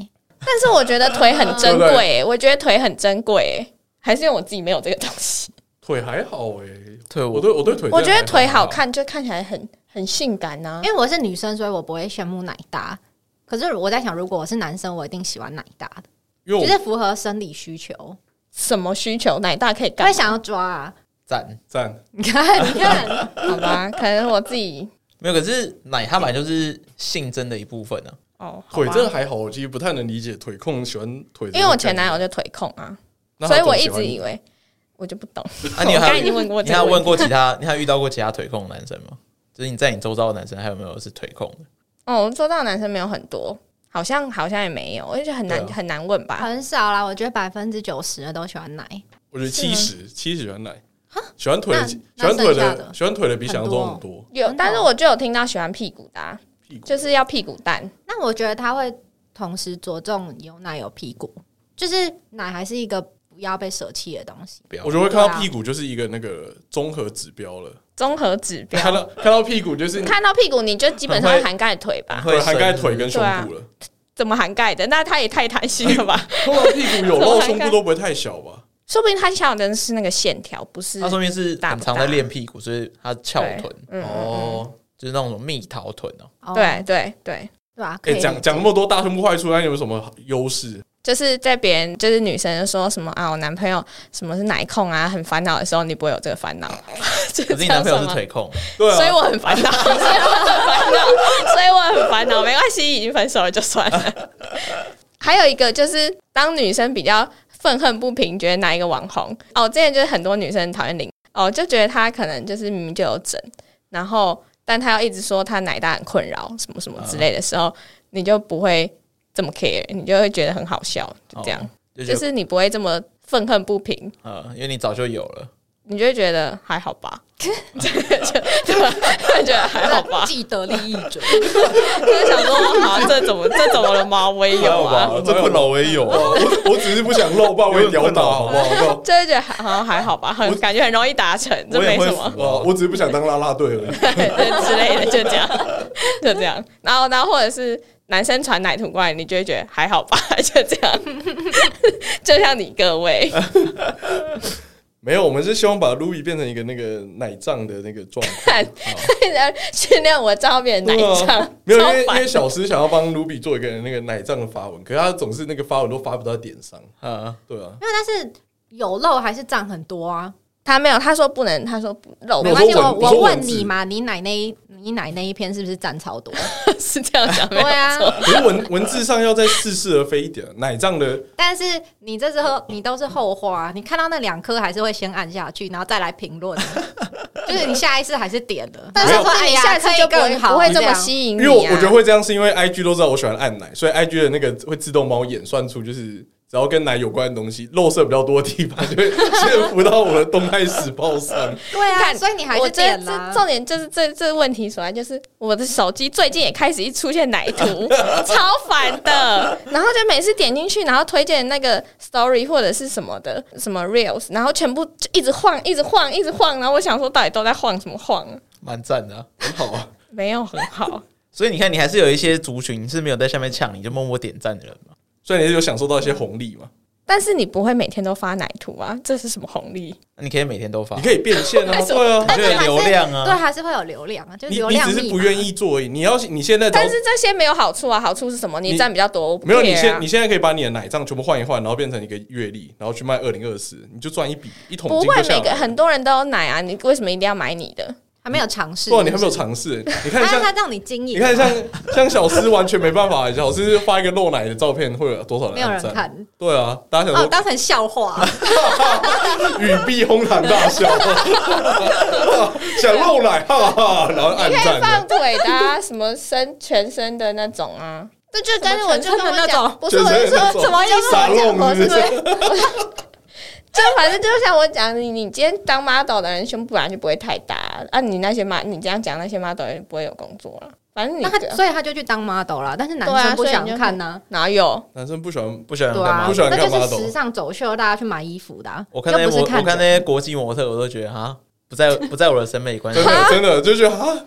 但是我觉得腿很珍贵、欸，我觉得腿很珍贵、欸，还是因为我自己没有这个东西。 腿还好哎、欸， 腿我对我对腿， 我觉得腿好看，就看起来很很性感呐、啊。 因为我是女生，所以我不会羡慕奶大。可是我在想，如果我是男生，我一定喜欢奶大的， 因为我就是符合生理需求。 什么需求？奶大可以干嘛？ 会想要抓啊！ 赞赞， 你看，你看， 好吧，可能我自己没有，可是奶它本来就是性征的一部分啊。 哦， 腿这个还好，我其实不太能理解腿控喜欢腿， 因为我前男友就腿控啊，所以我一直以为我就不懂。 啊，你还已经问过， 你还有问过其他，你还有遇到过其他腿控的男生吗？就是你在你周遭的男生还有没有是腿控的？ 哦，周遭的男生没有很多，好像好像也没有，我就觉得很难、啊、很难问吧。 很少啦，我觉得百分之九十的都喜欢奶。 我觉得七十七十喜欢奶，喜欢腿喜欢腿的喜欢腿的比想象中很多。 有，但是我就有听到喜欢屁股的、啊，就是要屁股蛋。 那我觉得他会同时着重有奶有屁股，就是奶还是一个不要被舍弃的东西。 我觉得会看到屁股就是一个那个综合指标了。 综合指标， 看到看到屁股就是看到屁股，你就基本上涵盖腿吧， 会涵盖腿跟胸部了。 怎么涵盖的？那它也太贪心了吧？ 通常屁股有肉，胸部都不会太小吧？ 说不定他想的是那个线条，不是他说明是很常在练屁股，所以他翘臀、 嗯、 哦，就是那种蜜桃臀哦。对对对对啊！ 哎，讲讲那么多大胸部坏处，那你有什么优势？ 就是在别人就是女生说什么啊，我男朋友什么是奶控啊，很烦恼的时候，你不会有这个烦恼。 可是你男朋友是腿控， 对啊， 所以我很烦恼，所以我很烦恼，所以我很烦恼。没关系，已经分手了就算了。还有一个就是，当女生比较愤恨不平，觉得哪一个网红哦，之前就是很多女生讨厌林哦，就觉得她可能就是明明就有整，然后但她要一直说她奶大很困扰什么什么之类的时候，你就不会这么 care， 你就会觉得很好笑，就这样，哦、就, 就是你不会这么愤恨不平， 呃，因为你早就有了， 你就会觉得还好吧，就对吧？觉得还好吧， 既得利益者， 就是想说，好、啊，这怎么这怎么了吗？我也有啊， 这困扰我也有啊， 我我只是不想露，把我也屌打，好不好？ 就会觉得好像还好吧，很感觉很容易达成，这没什么。 我我只是不想当啦啦队而已， 对之类的，就这样，就这样。然后，然后或者是。男生传奶图过来，你就会觉得还好吧，就这样，就像你各位， 没有，我们是希望把 Ruby 变成一个那个奶胀的那个状况， 训练我照变奶胀、啊。 没有，因为因为小师想要帮 Ruby 做一个那个奶胀的发文，可是他总是那个发文都发不到点上啊，对啊， 因为他是有肉还是胀很多啊？ 他没有，他说不能，他说不肉没关系。我我问你嘛，你奶那一你奶那一篇是不是占超多？ 是这样讲，对啊。 可是文文字上要再似是而非一点，奶胀的。 但是你这时候你都是后话，你看到那两颗还是会先按下去，然后再来评论。就是你下一次还是点的， 但是说哎呀，下次就不会不会这么吸引你、啊。 因为我我觉得会这样，是因为 I G 都知道我喜欢按奶，所以 I G 的那个会自动帮我演算出就是。只要跟奶有关的东西，肉色比较多的地方，就会潜伏到我的动态时报上。 对啊，所以你还是点啦。 重点就是这这问题所在，就是我的手机最近也开始一出现奶图，超烦的。然后就每次点进去，然后推荐那个 story 或者是什么的什么 reels， 然后全部就一直晃，一直晃，一直晃。然后我想说，到底都在晃什么晃？ 蛮赞的、啊， 很好啊。 没有很好。 所以你看，你还是有一些族群是没有在下面呛你，就默默点赞的人嘛。 所以你是有享受到一些红利嘛？ 但是你不会每天都发奶图啊，这是什么红利？ 你可以每天都发， 你可以变现啊，对啊， 你就有流量啊， 对，还是会有流量啊，就是流量你。你只是不愿意做而已。你要你现在， 但是这些没有好处啊，好处是什么？你占比较多， 没有你现你现在可以把你的奶账全部换一换，然后变成一个月历，然后去卖二零二四，你就赚一笔一桶金就下来了。 不会，每个很多人都有奶啊，你为什么一定要买你的？ 还没有尝试， 对，你还没有尝试。你看像他让你经营， 你看像像小师完全没办法，小师发一个露奶的照片会有多少人？ 没有人看。 对啊，大家想说、 哦、当成笑话， 语必哄堂大笑，想露奶，哈哈，然后按赞。 你可以放腿的、啊，什么身全身的那种啊。这就跟我就跟我讲，不是我是说什么就是傻弄， 我是就反正就像我讲，你你今天当 model 的人胸部本来就不会太大啊，你那些 model 你这样讲那些 model 也不会有工作了。反正你那他所以他就去当 model 了，但是男生不想看呢、啊， 哪有？ 男生不喜欢不喜欢干嘛？ 不喜欢干嘛？ 那就是时尚走秀，大家去买衣服的、啊。 我看那些我看那些国际模特，我都觉得哈，不在不在我的审美观。 真的真的就觉得哈。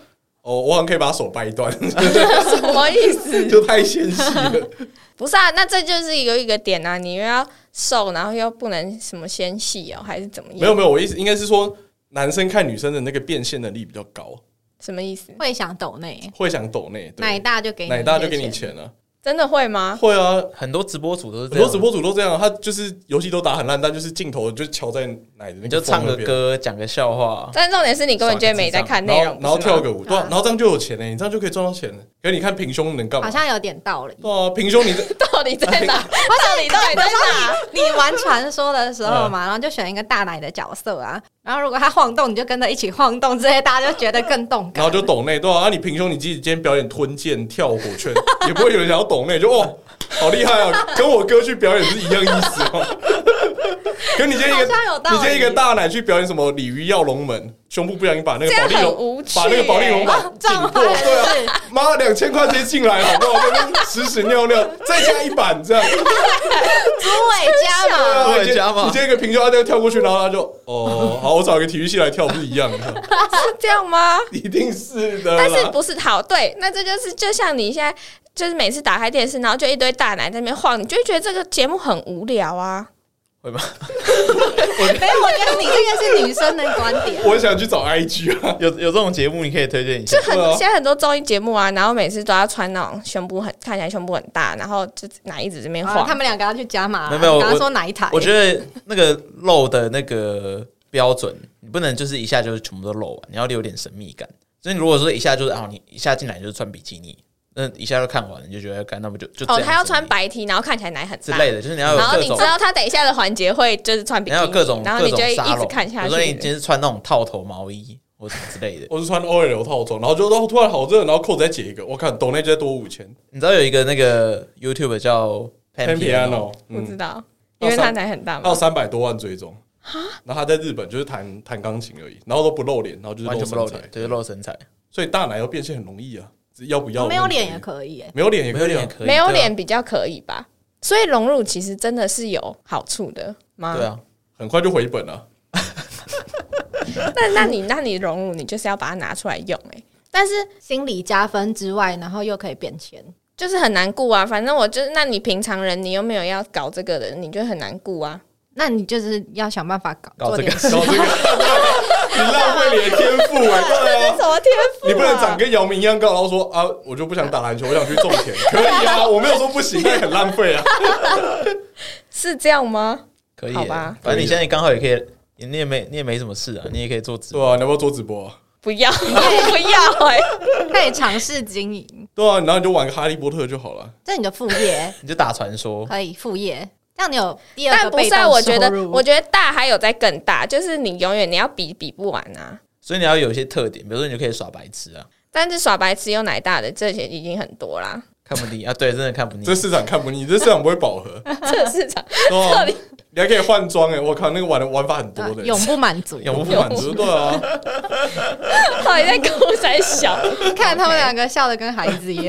哦，我好像可以把手掰断， 什么意思？ 就太纤细了。 不是啊，那这就是一个一个点啊，你又要瘦，然后又不能什么纤细哦，还是怎么样？ 没有没有，我意思应该是说，男生看女生的那个变现能力比较高。 什么意思？ 会想抖内， 会想抖内， 奶大就给你奶大就给你钱了。 真的会吗？ 会啊， 很多直播主都是这样， 很多直播主都这样。他就是游戏都打很烂，但就是镜头就敲在奶的那个， 你就唱个歌，讲个笑话。 但重点是你根本就没在看内容， 然后跳个舞，对、啊，然后这样就有钱了、欸，你这样就可以赚到钱了。可是你看平胸能干嘛？ 好像有点道理。 对啊，平胸你到底在哪？到底到底在哪？ 你玩传说的时候嘛，然后就选一个大奶的角色啊，然后如果他晃动，你就跟着一起晃动，这些大家就觉得更动感。 然后就抖内，对啊，啊你平胸你自己今天表演吞剑、跳火圈，也不会有人想要抖内，就哦。好厉害啊！跟我哥去表演是一样意思哦。跟你今天一个，你今天一个大奶去表演什么鲤鱼跃龙门，胸部不小心把那个保利龙，把那个保利龙把顶破，对啊，妈两千块直接进来好不好？在那屎屎尿尿，再加一板这样， 猪尾加嘛， 猪尾加嘛。你今天一个平胸，他就跳过去，然后他就哦，好，我找一个体育系来跳，不是一样的？ 是这样吗？ 一定是的。 但是不是好？对，那这就是就像你现在。就是每次打开电视，然后就一堆大奶在那边晃，你就会觉得这个节目很无聊啊。 会吧？ 没有，我觉得你这个是女生的观点。 我想去找 I G 啊， 有有这种节目你可以推荐一下。 就很现在很多综艺节目啊，然后每次都要穿那种胸部很看起来胸部很大，然后就奶一直这边晃、 啊。他们两个要去加码， 没有， 刚刚说哪一台？ 我觉得那个露的那个标准，你不能就是一下就是全部都露完，你要留点神秘感。所以如果说一下就是啊，你一下进来就是穿比基尼。那一下就看完了，你就觉得干，那不就就哦？他要穿白 T， 然后看起来奶很大之类的，就是你要有各种。 然后你知道他等一下的环节会就是穿比基尼， 你要有各种， 然后你就会一直看下去。 比如说你今天是穿那种套头毛衣或什么之类的， 我是穿 O L 套装，然后就哦突然好热，然后扣子再解一个，我看抖内就再多五千。 你知道有一个那个 YouTube 叫 Pan Piano， 不知道，因为他奶很大嘛， 他有三百多万追踪。然后他在日本就是弹弹钢琴而已，然后都不露脸，然后就是完全不露脸， 就是露身材。 所以大奶要变现很容易啊。要不要？ 没有脸也可以、欸， 没有脸也可以、 啊， 没有脸比较可以吧？所以隆乳其实真的是有好处的吗？ 对啊， 很快就回本了。 那那你那你隆乳，你就是要把它拿出来用哎、欸，但是心理加分之外，然后又可以变钱， 就是很难顾啊。反正我就是，那你平常人你又没有要搞这个的，你就很难顾啊。 那你就是要想办法搞搞这个， 搞这个，你浪费你的天赋哎、欸！对啊， 什么天赋、啊？ 你不能长跟姚明一样高，然后说啊，我就不想打篮球，我想去种田，可以啊，我没有说不行，但很浪费啊。 是这样吗？ 可以， 好吧。 反正你现在刚好也可以，你也没你也没什么事啊，你也可以做直播。 对啊，你要不要做直播啊？ 不要，不要哎、 欸，可以尝试经营。 对啊，然后你就玩个哈利波特就好了。 这是你的副业， 你就打传说， 可以副业。这样你有第二个被动收入。 但不是、啊，我觉得，我觉得大还有在更大，就是你永远你要比比不完啊。 所以你要有一些特点，比如说你就可以耍白痴啊。 但是耍白痴又奶大的这些已经很多啦， 看不腻啊！对，真的看不腻。 这市场看不腻，这市场不会饱和。 这个市场， 这里你还可以换装哎！我靠，那个玩的玩法很多的， 永不满足， 永不满足，对啊。 到底在狗在小？ 看他们两个笑得跟孩子一样，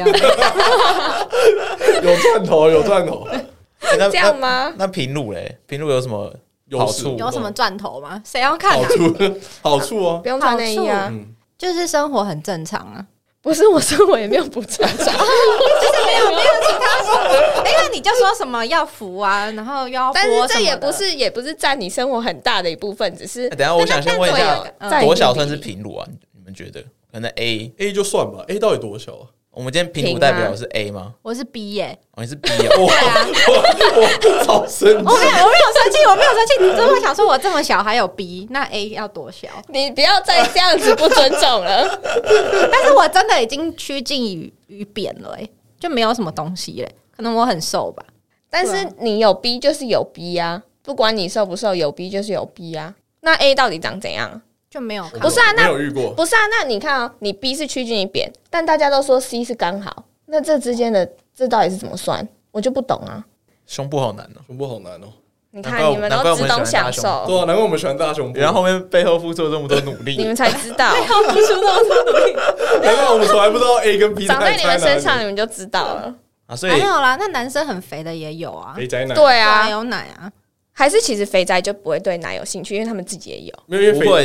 有赚头，有赚头。 欸、那这样吗？ 那平乳嘞？平乳有什么好处？ 有什么赚头吗？谁要看、啊？ 好处，好处哦、啊， 不用穿内衣啊、 嗯， 就是生活很正常啊。 不是我生活也没有不正常， 就是没有没有其他，因为你就说什么要扶啊，然后要但是这也不是也不是占你生活很大的一部分，只是、 欸、等一下我想先问一下，多小算是平乳啊？你们觉得？可能 A A 就算吧 ，A 到底多小啊？ 我们今天平乳代表的是 A 吗？ 我是 B 耶、欸， 哦，你是 B 哦， 哇，我超生气，我没有， 我没有生气，我没有生气，你真的想说我这么小还有 B， 那 A 要多小？ 你不要再这样子不尊重了。 但是我真的已经趋近于于扁了、欸，就没有什么东西嘞、欸，可能我很瘦吧。 但是你有 B 就是有 B 啊，不管你瘦不瘦，有 B 就是有 B 啊。那 A 到底长怎样？ 就没有看过， 不是啊，那没有遇过， 不是啊，那你看啊，你 B 是趋近于扁，但大家都说 C 是刚好，那这之间的这到底是怎么算？我就不懂啊。 胸部好难哦， 胸部好难哦。 你看你们都只懂享受， 对啊，难怪我们喜欢大胸部， 然后后面背后付出了这么多努力， 你们才知道背后付出那么多努力， 难怪我们从来不知道 A 跟 B 长在你们身上，你们就知道了啊。所以没有啦，那男生很肥的也有啊， 肥宅奶， 对啊， 有奶啊。 还是其实肥宅就不会对奶有兴趣，因为他们自己也有。 没有，因为不会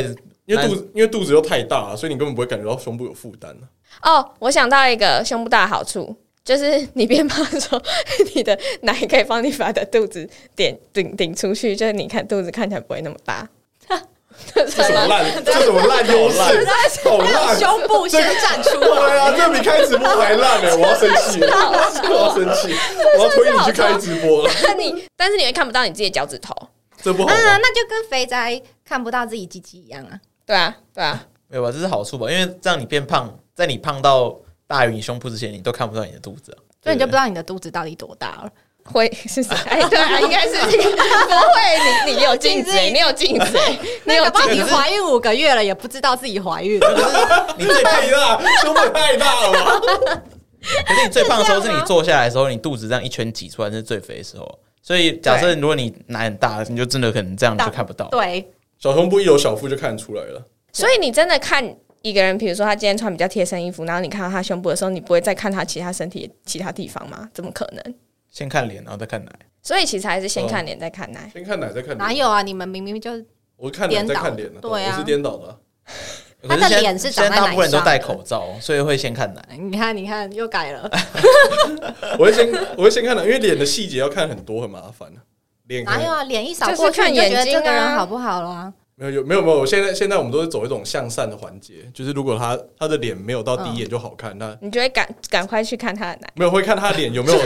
因为肚子因为肚子又太大了，所以你根本不会感觉到胸部有负担、 啊、哦，我想到一个胸部大的好处，就是你变胖的时候，你的奶可以帮你把的肚子点顶顶出去，就是你看肚子看起来不会那么大。 这什么烂？这什么烂优势？好烂！ 胸部先展出来。 对啊，这比开直播还烂呢、欸！我要生气，我要生气，我要推你去开直播了。 那你，但是你会看不到你自己的脚趾头， 这不好吗、 啊？那就跟肥宅看不到自己鸡鸡一样啊。 对啊，对啊， 没有吧？这是好处吧？因为这样你变胖，在你胖到大于你胸部之前，你都看不到你的肚子、啊， 所以你就不知道你的肚子到底多大了。 会是谁？哎，对啊，应该是不会。你你有镜子、欸，你有镜子、欸，你有镜子。 你怀孕五个月了，也不知道自己怀孕。 你最太大，胸部太大了吧？ 可是你最胖的时候是你坐下来的时候，你肚子这样一圈挤出来，那是最肥的时候。所以假设如果你奶很大，你就真的可能这样就看不到。 对， 小胸部一有小腹就看得出来了。 所以你真的看一个人，比如说他今天穿比较贴身衣服，然后你看到他胸部的时候，你不会再看他其他身体的其他地方吗？怎么可能？ 先看脸，然后再看奶。 所以其实还是先看脸再看奶、 哦。先看奶再看脸。 哪有啊？你们明明就是我看奶再看脸、啊、 对啊， 我是颠倒的、啊。 他的脸是长在奶上的。 现在大部分人都戴口罩，所以会先看奶。 你看，你看，又改了。 我会先，我会先看奶，因为脸的细节要看很多，很麻烦、啊。脸哪有啊？脸一扫过去，你就觉得这个人好不好了啊？ 没有，没有，没有。现在，现在我们都是走一种向善的环节，就是如果他他的脸没有到第一眼就好看，嗯、那你就会赶赶快去看他的奶。 没有，会看他的脸有没有。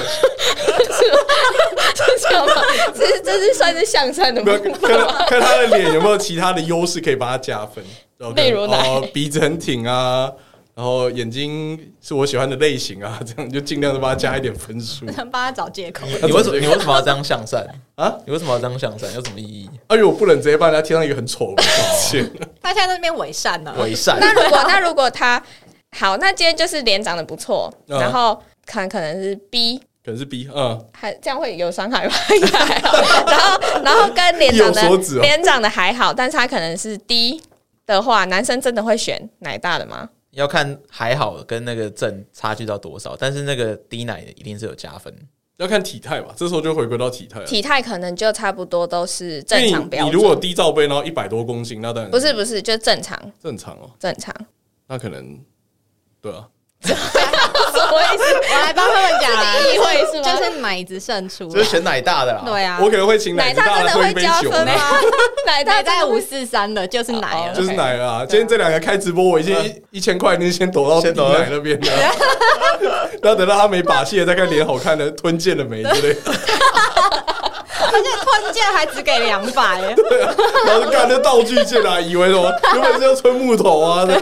是这样吗？这是这是算是向善的吗？ 看看他的脸有没有其他的优势可以帮他加分， 例如哪、 哦、鼻子很挺啊，然后眼睛是我喜欢的类型啊，这样就尽量的帮他加一点分数， 帮他找借口。 你为什么你为什么要这样向善啊？ 你为什么要这样向善？有什么意义？ 啊，因为我不能直接帮人家贴上一个很丑的标签。 他现在在那边伪善呢， 伪善。 那如果那如果他好，那今天就是脸长得不错，嗯、然后可能可能是 B。 可能是 B， 嗯， 还这样会有伤害吗？然后，然后跟脸长得脸、哦、长得还好，但是他可能是 D 的话，男生真的会选奶大的吗？ 要看还好跟那个正差距到多少，但是那个低奶的一定是有加分。 要看体态吧，这时候就回归到体态。 体态可能就差不多都是正常标准。 你, 你如果低罩杯，然后一百多公斤，那当然不是不是，就正常。 正常哦， 正常。 那可能对啊。 什么意思？ 我来帮他们讲啊， 意会是吗？ 就是奶子胜出， 就是选奶大的啦。 对啊， 我可能会请奶子大的喝一杯酒。 奶大在五四三的，就是奶了， 就是奶了、啊。今天这两个开直播，我已经一千块，你先抖到低奶那边的，然后等到他没把戏了，再看脸好看的吞剑了没之类的。 而且吞剑还只给两百， 对啊，然后就干那道具剑啊，以为什么原本是要吞木头啊的。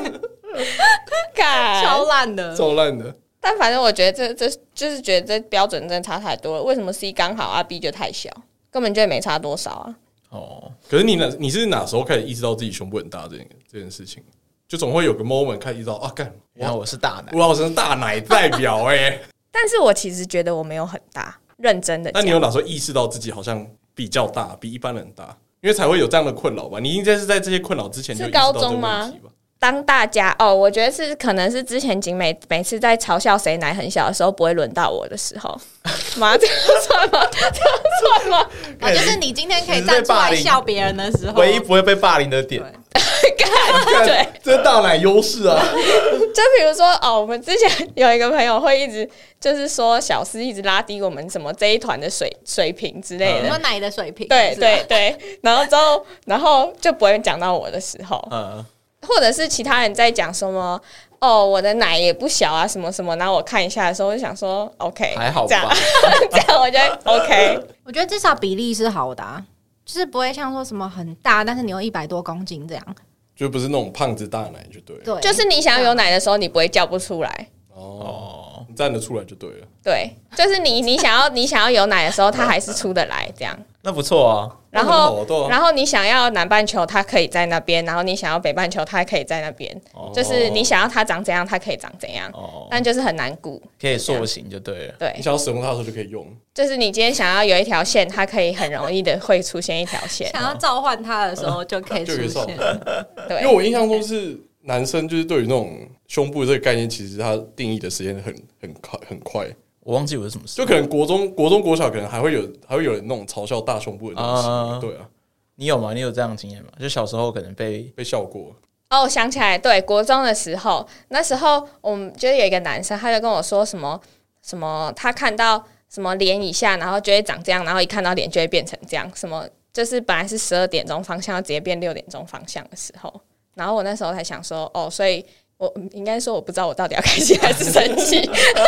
超烂的， 超烂的。 但反正我觉得这这就是觉得这标准真的差太多了。为什么 C 刚好啊 B 就太小，根本就也没差多少啊？ 哦，可是你哪你是哪时候开始意识到自己胸部很大这件这件事情？就总会有个 moment 开始意识到啊，干， 然后我是大奶， 吴老师是大奶代表哎、欸。 但是我其实觉得我没有很大，认真的。 那你有哪时候意识到自己好像比较大，比一般人大？因为才会有这样的困扰吧？你应该是在这些困扰之前就意识到这个问题吧？ 是高中吗？当大家哦，我觉得是可能是之前景美每次在嘲笑谁奶很小的时候，不会轮到我的时候，妈这样算吗？这样算吗？ 哦，就是你今天可以站出来笑别人的时候， 唯一不会被霸凌的点。 对， 这大奶优势啊！ 就比如说哦，我们之前有一个朋友会一直就是说小思一直拉低我们什么这一团的水水平之类的， 说奶的水平， 对对对，然后之后然后就不会讲到我的时候，嗯。或者是其他人在讲什么哦，我的奶也不小啊，什么什么，然后我看一下的时候，我就想说 ，OK， 还好吧， 这样这样我觉得 OK。 我觉得至少比例是好的、啊，就是不会像说什么很大，但是你有一百多公斤这样， 就不是那种胖子大奶就对了。 对， 就是你想要有奶的时候，你不会叫不出来。 哦，你站得出来就对了。 对，就是你你想要你想要有奶的时候，它还是出得来这样。 那不错啊。 然后，然后你想要南半球，它可以在那边；然后你想要北半球，它可以在那边。哦、就是你想要它长怎样，它可以长怎样。哦、但就是很难估， 可以塑形就对了。 对， 你想要使用它的时候就可以用。 就是你今天想要有一条线，它可以很容易的会出现一条线。 想要召唤它的时候就可以出现。 对， 因为我印象中是男生就是对于那种胸部这个概念，其实它定义的时间很很快很快。 我忘记我是什么事， 就可能国中、国中、国小可能还会有还会有人那种嘲笑大胸部的东西，uh, 对啊。 你有吗？你有这样的经验吗？就小时候可能被被笑过。 哦，想起来，对，国中的时候，那时候我们就有一个男生，他就跟我说什么什么，他看到什么脸以下，然后就会长这样，然后一看到脸就会变成这样，什么就是本来是十二点钟方向，要直接变六点钟方向的时候，然后我那时候才想说，哦，所以我应该说我不知道我到底要开心还是生气，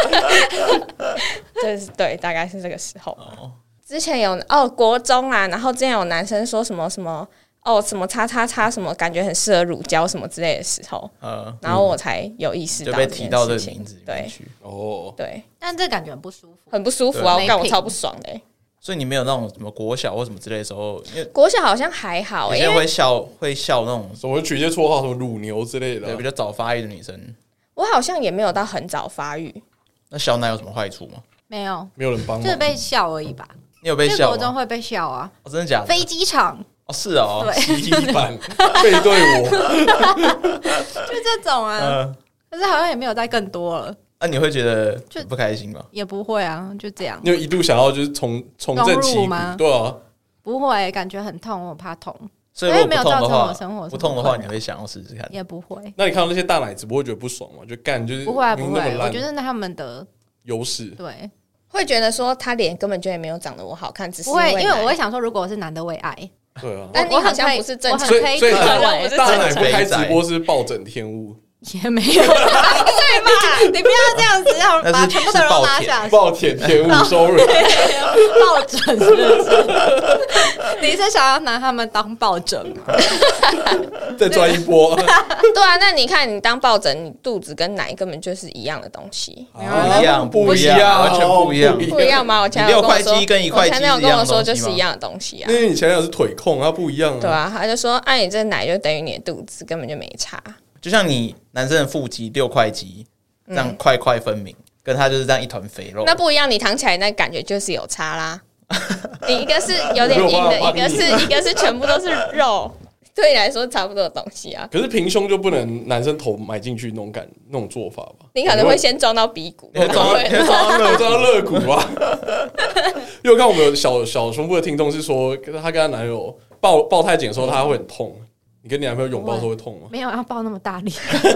就是对，大概是这个时候。哦、之前有哦国中啊，然后之前有男生说什么什么。哦，什么叉叉叉什么，感觉很适合乳胶什么之类的时候，呃、然后我才有意识到就被提到这个名字里面去。 哦， 对， 但这感觉很不舒服， 很不舒服啊！我感我超不爽的、欸。 所以你没有那种什么国小或什么之类的时候，因为国小好像还好、欸， 有些会笑会笑那种， 什么取一些绰号，什么乳牛之类的、啊， 对，比较早发育的女生。 我好像也没有到很早发育。 那小奶有什么坏处吗？ 没有， 没有人帮忙， 就是被笑而已吧。 你有被笑吗？ 国中会被笑啊？ 哦，真的假的？ 飞机场。 哦，是哦， 奇迹版背对我， 就这种啊、嗯，可是好像也没有再更多了。 那、啊、你会觉得不开心吗？ 也不会啊，就这样。 你有一度想要就是重重振旗鼓吗？对啊， 不会，感觉很痛，我怕痛。 所以如果不痛的话， 生活不痛的话，你会想要试试看？ 也不会。 那你看到那些大奶子，不会觉得不爽吗？就干就是不会、啊，不会。我觉得那他们的优势， 对， 会觉得说他脸根本就也没有长得我好看，只是不会，因为我会想说，如果我是男的，我也爱。 对啊， 但你好像不是正常， 所以所以大奶不开直播是暴枕天物， 也没有，对吧？你不要这样子，要把全部的人都拉下来。 暴舔天物 ，sorry， 暴枕是不是？你是想要拿他们当抱枕吗？ 再赚一波。 对啊，那你看，你当抱枕，你肚子跟奶根本就是一样的东西， 不一样，不一样，完全不一样， 不一样吗？我前男友跟我说， 跟一块肌我前男友跟我说就是一样的东西啊。 因为你前男友是腿控，他不一样啊。 对啊，他就说，哎、啊，你这奶就等于你的肚子，根本就没差。 就像你男生的腹肌六块肌，这样块块分明，嗯、跟他就是这样一团肥肉， 那不一样。你躺起来那感觉就是有差啦。你一个是有点硬的，一个是一个是全部都是肉，对你来说差不多的东西啊。 可是平胸就不能男生头埋进去那种感那种做法吧？ 你可能会先撞到鼻骨， 撞到撞到肋骨啊。因为我看我们有小小胸部的听众是说，她跟她男友抱抱太紧的时候，她会很痛。你跟你男朋友拥抱的时候会痛吗？ 没有，要抱那么大力，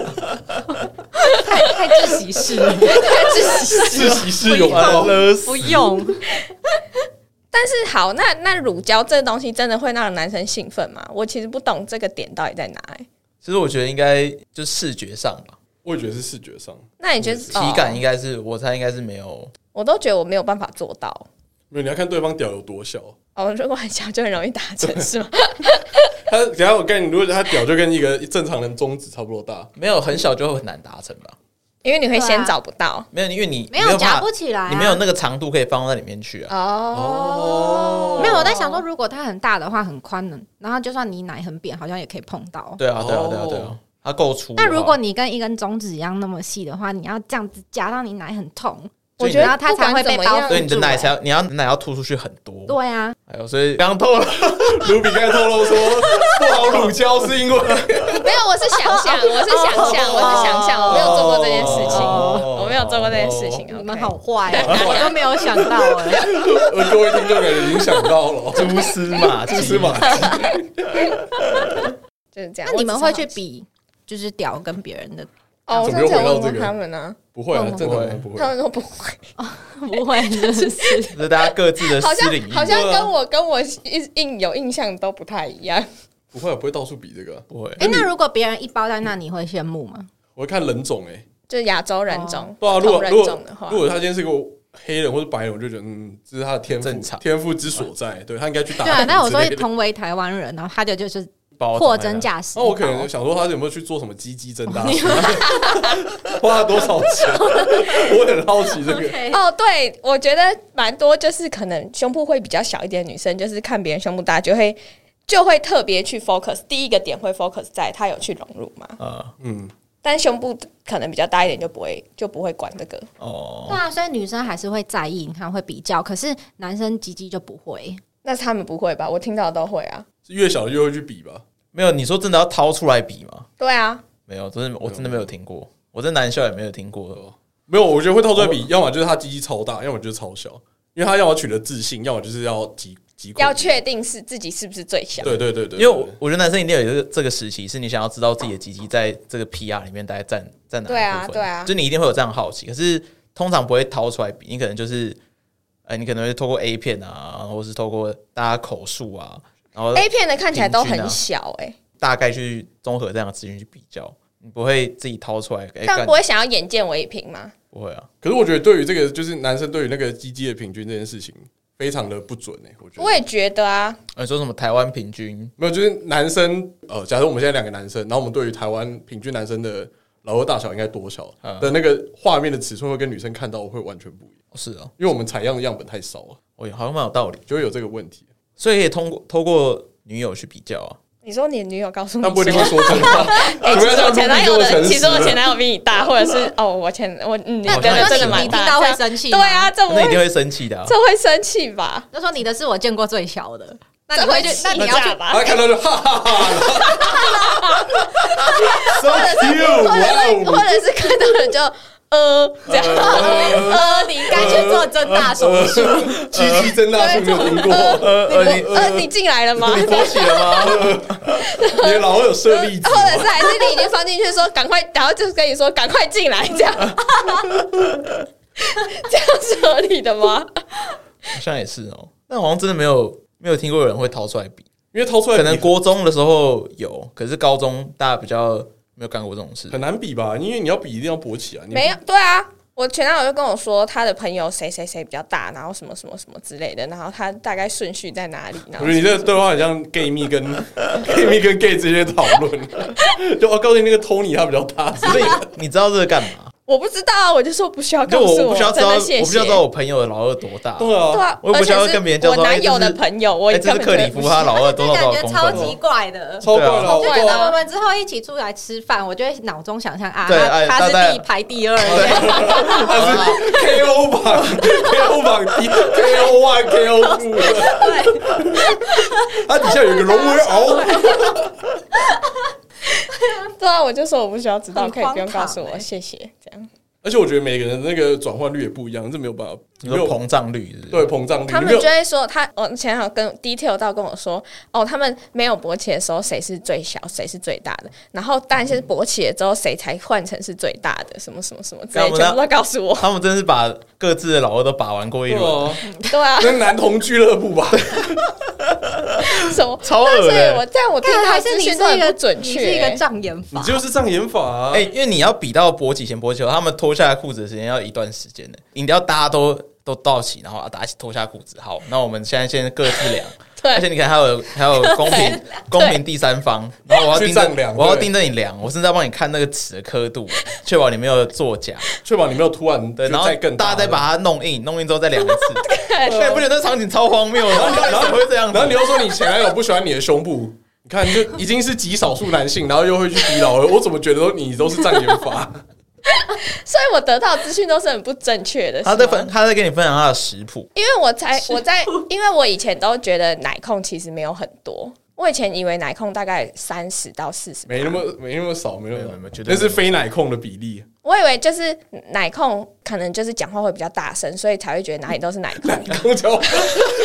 太太窒息式了，太窒息式， 窒息式拥抱， 不用。 但是好，那那乳胶这个东西真的会让男生兴奋吗？我其实不懂这个点到底在哪、欸。 其实我觉得应该就视觉上吧， 我也觉得是视觉上。 那你觉得体感应该是、哦，我猜应该是没有。 我都觉得我没有办法做到。 没有，你要看对方屌有多小。 哦，如果很小就很容易达成，是吗？ 他等一下我跟你，如果他屌就跟一个正常人中指差不多大， 没有很小就会很难达成吧？ 因为你会先找不到， 啊、 没有，因为你没有夹不起来、啊， 你没有那个长度可以放到那里面去啊。 哦， 没有，我在想说，如果它很大的话，很宽的，然后就算你奶很扁，好像也可以碰到。 对啊，对啊，对啊，对啊，它够粗。 那如果你跟一根中指一样那么细的话，你要这样子夹到你奶很痛。 我觉得它才会被包覆住， 所以你的奶才要，你要奶要吐出去很多。 对啊， 哎呦，所以刚透露， 卢比刚才透露说不好乳胶是因为没有，我是想象，我是想象，我是想象，我没有做过这件事情，我没有做过这件事情。 你们好坏啊，我都没有想到哎。 各位听众感觉已经想到了， 蛛丝马迹，蛛丝马迹， 就是这样。 那你们会去比，就是屌跟别人的？ 哦，我上次有问过他们呢， 不会啊，正常人不会， 他们说不会， 不会，真是， 是大家各自的私领域， 好像跟我跟我印有印象都不太一样。 不会，不会到处比这个， 不会。 哎，那如果别人一包在那，你会羡慕吗？ 我会看人种，哎， 就是亚洲人种， 对啊，如果如果的话， 如果他今天是个黑人或者白人，我就觉得嗯，这是他的天赋，天赋之所在，对他应该去打。 对啊，那我说同为台湾人，然后他就就是。货真价实。 那我可能想说，他有没有去做什么鸡鸡增大？花了多少钱？我很好奇这个。 哦，对，我觉得蛮多，就是可能胸部会比较小一点的女生，就是看别人胸部大，就会就会特别去 focus。第一个点会 focus 在他有去融入嘛？ 呃、 嗯。 但胸部可能比较大一点，就不会就不会管这个。 哦。 对啊，所以女生还是会在意，你看会比较，可是男生鸡鸡就不会。 那他们不会吧？我听到的都会啊。 是越小越会去比吧？ 没有，你说真的要掏出来比吗？ 对啊， 没有，真的我真的没有听过，我在男校也没有听过的。 没有，我觉得会掏出来比，要么就是他鸡鸡超大，要么就是超小，因为他要么取得自信，要么就是要极几公要确定是自己是不是最小。 对对对对， 因为我我觉得男生一定有这个这个时期，是你想要知道自己的鸡鸡在这个 P R 里面大概占占哪一部分。 对啊对啊， 就你一定会有这样好奇，可是通常不会掏出来比，你可能就是，呃，你可能会透过 A 片啊，或是透过大家口述啊，然后 A 片的看起来都很小哎、欸， 大概去综合这样的资讯去比较，你不会自己掏出来。欸、 但不会想要眼见为凭吗？ 不会啊。 可是我觉得对于这个就是男生对于那个鸡鸡的平均这件事情。非常的不准哎、欸，我觉得我也觉得啊。 你说什么台湾平均没有？就是男生呃，假设我们现在两个男生，然后我们对于台湾平均男生的老二大小应该多小的那个画面的尺寸，会跟女生看到会完全不一样。 是啊， 因为我们采样的样本太少了， 哦，好像蛮有道理， 就会有这个问题。 所以可以通过透过女友去比较啊。 你说你的女友告诉你， 但不一定会说真话。 哎、欸，其实我前男友的，其实我前男友比你大，或者是哦，我前我嗯， 那真的真的蛮大， 你听到会生气？ 对啊，这那一定会生气的、啊， 这会生气吧？ 就说你的是我见过最小的，那你会去，那你要去， 吧？ 他看到就哈哈哈，so cute， 或者是或者是看到了就。呃，这样呃，你应该去做增大手术， 鸡鸡增大术没有听过？ 呃呃，你呃你进来了吗？ 你勃起了吗？ 你的老二有舍利子， 或者是还是你已经放进去说赶快，然后就跟你说赶快进来，这样，这样是合理的吗？ 好像也是哦，但好像真的没有没有听过有人会掏出来比， 因为掏出来可能国中的时候有，可是高中大家比较。没有干过这种事， 很难比吧？因为你要比一定要勃起啊。 没有，对啊，我前男友就跟我说，他的朋友谁谁谁比较大，然后什么什么什么之类的，然后他大概顺序在哪里。 我觉得你这个对话很像 gay 蜜跟 gay 蜜跟 gay 之间的讨论，就我告诉你那个 Tony 他比较大， 所以你知道这个干嘛？ 我不知道，我就说不需要告诉我，我不需要知道， 真的谢谢， 我不需要知道我朋友的老二多大。 对啊， 对啊， 我也不需要跟别人交我男友的朋友，我哎，这是克里夫他老二多少多少公分？ 超级怪的， 超怪的。 就觉得我们之后一起出来吃饭，我就会脑中想象啊，他是第排第二， 他是 K O 榜 ，K O 榜第 K O one K O two， 对，他底下有一个龙尾鳌。 对啊，我就说我不需要知道，可以不用告诉我，谢谢。这样， 而且我觉得每个人的那个转换率也不一样，这没有办法。 你说膨胀率是不是？ 对，膨胀率。 他们就会说，他我前还有跟 detail 到跟我说，哦，他们没有勃起的时候谁是最小，谁是最大的，然后但是勃起了之后谁才换成是最大的，什么什么什么之类，全部都告诉我。 他们真是把各自的老二都把玩过一轮。 对啊， 那男童俱乐部吧。 什么超恶的？ 我但我听到资讯都很不准确， 是一个障眼法， 你就是障眼法啊！ 哎、欸，因为你要比到勃起前勃起后，他们脱下来裤子的时间要一段时间的，你要大家都都到齐，然后大家一起脱下裤子。好，那我们现在先各自量。而且你看还有还有公平公平第三方，然后我要盯着我要盯着你量，我甚至要帮你看那个尺的刻度，确保你没有作假， 确保你没有突然对，然后大家再把它弄硬，弄硬之后再量一次。 对， 不觉得那场景超荒谬？然后你然后会这样， 然后你又说你前男友不喜欢你的胸部，你看就已经是极少数男性，然后又会去比老二，我怎么觉得都你都是障眼法？ 所以我得到的资讯都是很不正确的。 他在分，他在跟你分享他的食谱， 因为我才我在，因为我以前都觉得奶控其实没有很多，我以前以为奶控大概三十到四十， 没那么没那么少，没那么少， 那是非奶控的比例。 我以为就是奶控可能就是讲话会比较大声，所以才会觉得哪里都是奶控。 奶控就会会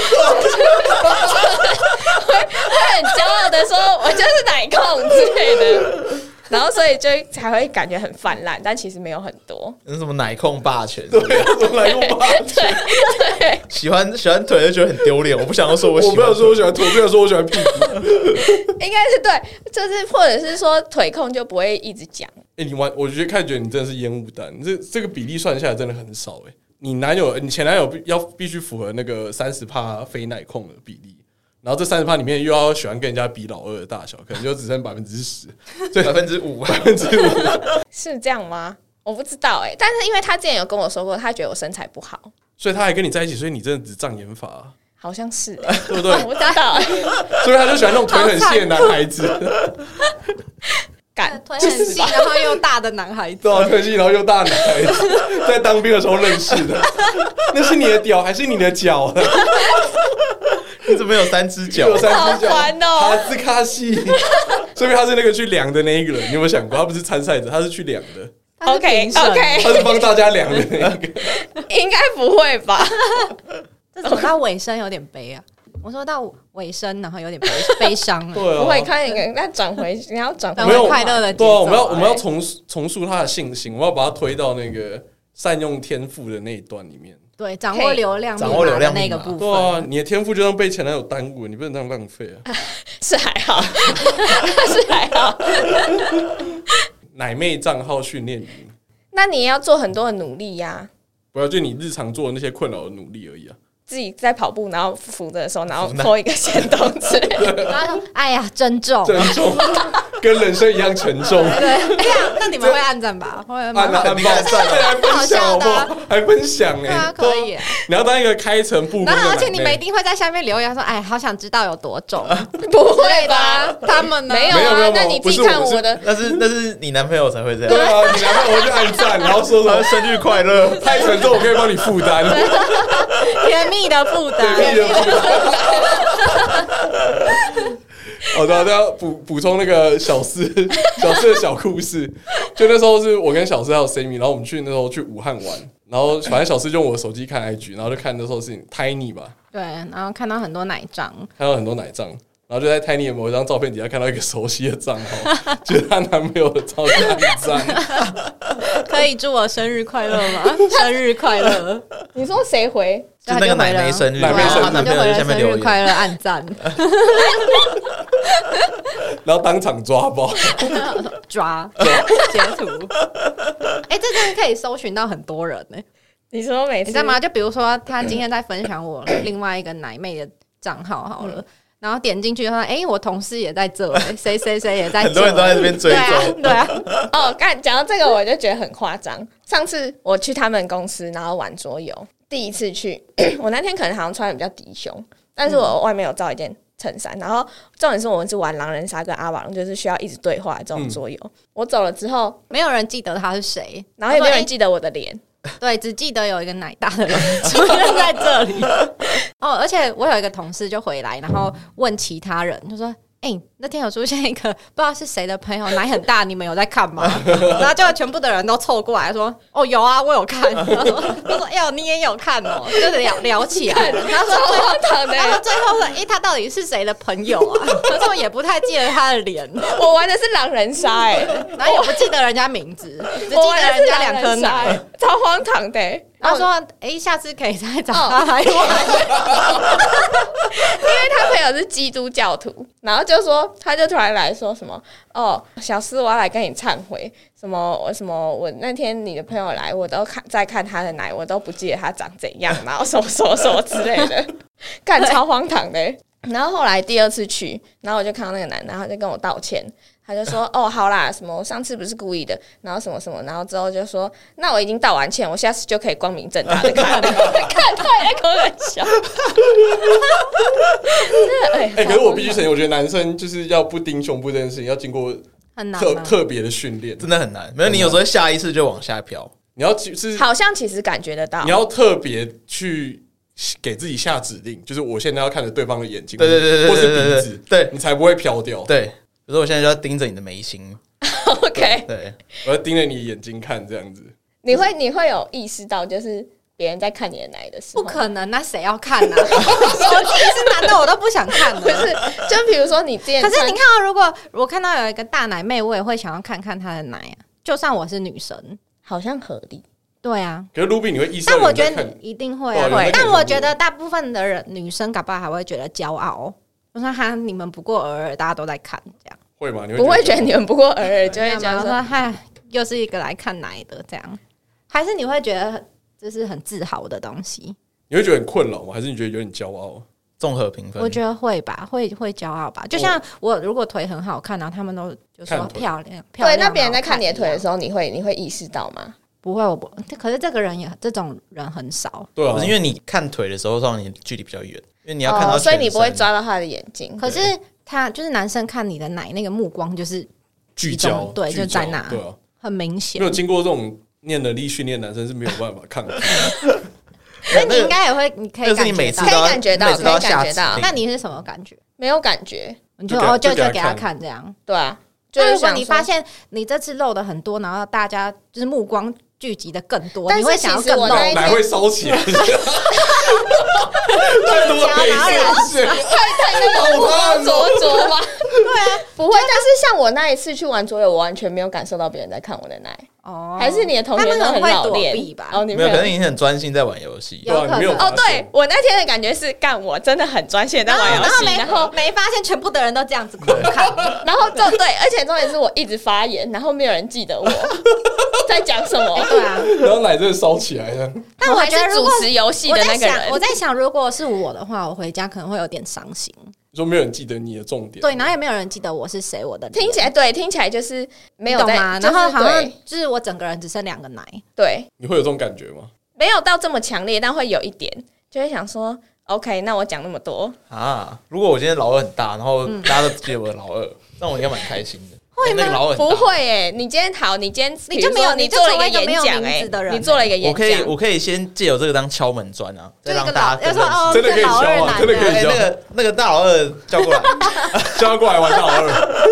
很骄傲的说，我就是奶控之类的。然后，所以就才会感觉很泛滥，但其实没有很多。 那什么奶控霸权？ 对，什么奶控霸权？ 对对， 喜欢喜欢腿就觉得很丢脸。我不想要说我喜欢， 我不想说我喜欢腿，我不想说我喜欢屁股。 应该是对，就是或者是说腿控就不会一直讲。 哎、欸，你玩，我觉得看觉得你真的是烟雾弹，这这个比例算下来真的很少哎、欸。你男友，你前男友要必须符合那个三十趴非奶控的比例。然后这三十趴里面又要喜欢跟人家比老二的大小，可能就只剩百分之十， 所以百分之五， 百分之五是这样吗？我不知道哎、欸，但是因为他之前有跟我说过，他觉得我身材不好， 所以他还跟你在一起，所以你真的只障眼法、啊， 好像是、欸， 对不对？ 我不知道、欸， 所以他就喜欢那种腿很细的男孩子， 干腿很细，然后又大的男孩子， 对啊，腿很细然后又大的男孩子，在当兵的时候认识的，那是你的屌还是你的脚？ 你怎么有三只脚？ 有三只脚， 好烦哦！ 哈兹卡西，说明他是那个去量的那一个人。你有没有想过，他不是参赛者，他是去量的。 OK OK， 他是帮大家量的那个。 应该不会吧？ 这走到尾声有点悲啊。 我说到尾声，然后有点悲悲伤了。 对啊， 不会看一个，那转回你要转回没有快乐的节奏。 对啊，我们要我们要重重塑他的信心，我们要把他推到那个善用天赋的那一段里面。 对，掌握流量， 掌握流量那个部分。 对啊，你的天赋就像被前男友耽误，你不能这样浪费啊。 是还好，是还好。 奶妹账号训练营， 那你也要做很多的努力呀、啊。 不要就你日常做的那些困扰的努力而已啊。 自己在跑步，然后扶着的时候，然后拖一个线动之类的， 然后说：“哎呀，珍重， 珍重，跟人生一样沉重。” 对，哎呀，那你们会按赞吧？会按按按爆赞，还分享好不好？还分享哎， 对啊，可以。 你要当一个开诚布公的奶妹， 然后而且你们一定会在下面留言说：“哎，好想知道有多重。” 不会吧？ 他们呢？ 没有啊，那你自己看我的， 那是那是你男朋友才会这样。 对啊，你男朋友就按赞，然后说什么生日快乐，太沉重，我可以帮你负担， 甜蜜的负担。 好的，要补补充那个小四小四的小故事。就那时候是我跟小四还有 Sammy， 然后我们去那时候去武汉玩，然后反正小四就用我的手机看 I G， 然后就看那时候是 Tiny 吧， 对，然后看到很多奶账， 看到很多奶账，然后就在 Tiny 的某一张照片底下看到一个熟悉的账号，就是她男朋友的照片按赞。 可以祝我生日快乐吗？生日快乐！ 你说谁回？ 就那个奶妹生日， 奶妹生日， 她男朋友在下面留言生日快乐，按赞， 然后当场抓包， 抓截图。哎、欸，这真的可以搜寻到很多人呢、欸。 你说每次你知道吗？就比如说他今天在分享我另外一个奶妹的账号好了。嗯，然后点进去说：“哎、欸，我同事也在这、欸，谁谁谁也在这、欸， 很多人都在这边追踪。” 对啊， 对啊。哦，刚讲到这个，我就觉得很夸张。上次我去他们公司，然后玩桌游，第一次去，我那天可能好像穿的比较低胸，但是我外面有罩一件衬衫。然后重点是我们是玩狼人杀跟阿瓦隆，就是需要一直对话的这种桌游。嗯、我走了之后， 没有人记得他是谁， 然后也没有人记得我的脸。 对，只记得有一个奶大的人出现在这里。哦，而且我有一个同事就回来，然后问其他人，就说：“哎、欸，那天有出现一个不知道是谁的朋友，奶很大，你们有在看吗？”然后就全部的人都凑过来说：“哦，有啊，我有看。”他说：“他说，哎呦，你也有看哦。”就是聊聊起来了。他说：“最后，他说最后说，哎、欸，他到底是谁的朋友啊？”他说：“我也不太记得他的脸。” 我玩的是狼人杀，哎， 然后也不记得人家名字，只记得人家两颗奶， 超荒唐的、欸。 然后说：“哎、欸，下次可以再找他来玩。”因为他朋友是基督教徒，然后就说，他就突然来说什么：“哦，小思，我要来跟你忏悔，什么我什么我那天你的朋友来，我都看在看他的奶，我都不记得他长怎样，然后什么什么什么之类的，干超荒唐的、欸。”然后后来第二次去，然后我就看到那个男的，然后他就跟我道歉。他就说：“哦，好啦，什么我上次不是故意的，然后什么什么，然后之后就说，那我已经道完歉，我下次就可以光明正大的看，看他也在跟我笑。 哎、欸，可是我必须承认，我觉得男生就是要不盯胸部这件事情，要经过很难特特别的训练， 真的很难。没有，你有时候下意识就往下飘， 你要是好像其实感觉得到， 你要特别去给自己下指令，就是我现在要看着对方的眼睛， 对对对对， 或是鼻子， 对你才不会飘掉。 对。比如说我现在就要盯着你的眉心 ，OK， 对， 我要盯着你眼睛看，这样子。 你会你会有意识到，就是别人在看你的奶的时候， 不可能，那谁要看呢、啊？我自己是男的，我都不想看的。 不是，就比如说你之前， 可是你看到，如果我看到有一个大奶妹，我也会想要看看她的奶啊。就算我是女生， 好像合理。 对啊， 可是 Ruby 你会意识到， 但我觉得你一定会啊。 会， 但我觉得大部分的人女生搞不好还会觉得骄傲。我说哈，你们不过尔尔，大家都在看，这样会吗？你会不会觉得你们不过尔尔，就会觉得说，嗨，又是一个来看奶的这样，还是你会觉得这是很自豪的东西？ 你会觉得很困扰吗？还是你觉得有点骄傲？ 综合评分， 我觉得会吧，会会骄傲吧。就像我如果腿很好看，然后他们都就说漂亮，漂亮。 对，那别人在看你的腿的时候，你会你会意识到吗？ 不会，我不。可是这个人也这种人很少。 对啊， 不是因为你看腿的时候，让你距离比较远，因为你要看到、哦， 所以你不会抓到他的眼睛。 可是他就是男生看你的奶，那个目光就是聚焦， 对，就在那， 对啊， 很明显。 没有经过这种念能力训练，男生是没有办法看的。 所以你应该也会，你可以感觉到， 可以感觉到，可以感觉到。 那你是什么感觉？ 没有感觉， 你就哦，就就给他看这样。 对啊。 那如果你发现你这次露的很多，然后大家就是目光聚集的更多， 但是你会想要更露， 奶会烧起来，太多黑色线， 太太那个污浊浊吗？对啊，不会。但是像我那一次去玩桌游，我完全没有感受到别人在看我的奶。哦，还是你的同学都很老练吧？ 哦， 你没有，可能你很专心在玩游戏。 有可能哦，对我那天的感觉是，干我真的很专心在玩游戏，然后没发现全部的人都这样子狂看， 然后就对，而且重点是我一直发言，然后没有人记得我在讲什么。 对啊， 然后奶真的烧起来了。 但我觉得主持游戏的那个人， 我在想，如果是我的话，我回家可能会有点伤心。 说没有人记得你的重点， 对，然后也没有人记得我是谁，我的听起来对，听起来就是没有在，然后好像就是我整个人只剩两个奶， 对， 你会有这种感觉吗？ 没有到这么强烈，但会有一点，就会想说 ，OK， 那我讲那么多啊，如果我今天老二很大，然后大家都记得我的老二，那我应该蛮开心的。 会吗？ 那个不会诶，你今天好，你今天你就没有， 你做了一个演讲诶，你做了一个演讲， 我可以，我可以先借由这个当敲门砖啊，再让大家说哦， 真的可以敲啊，真的可以敲。 那个那个大老二叫过来， 叫他过来玩大老二，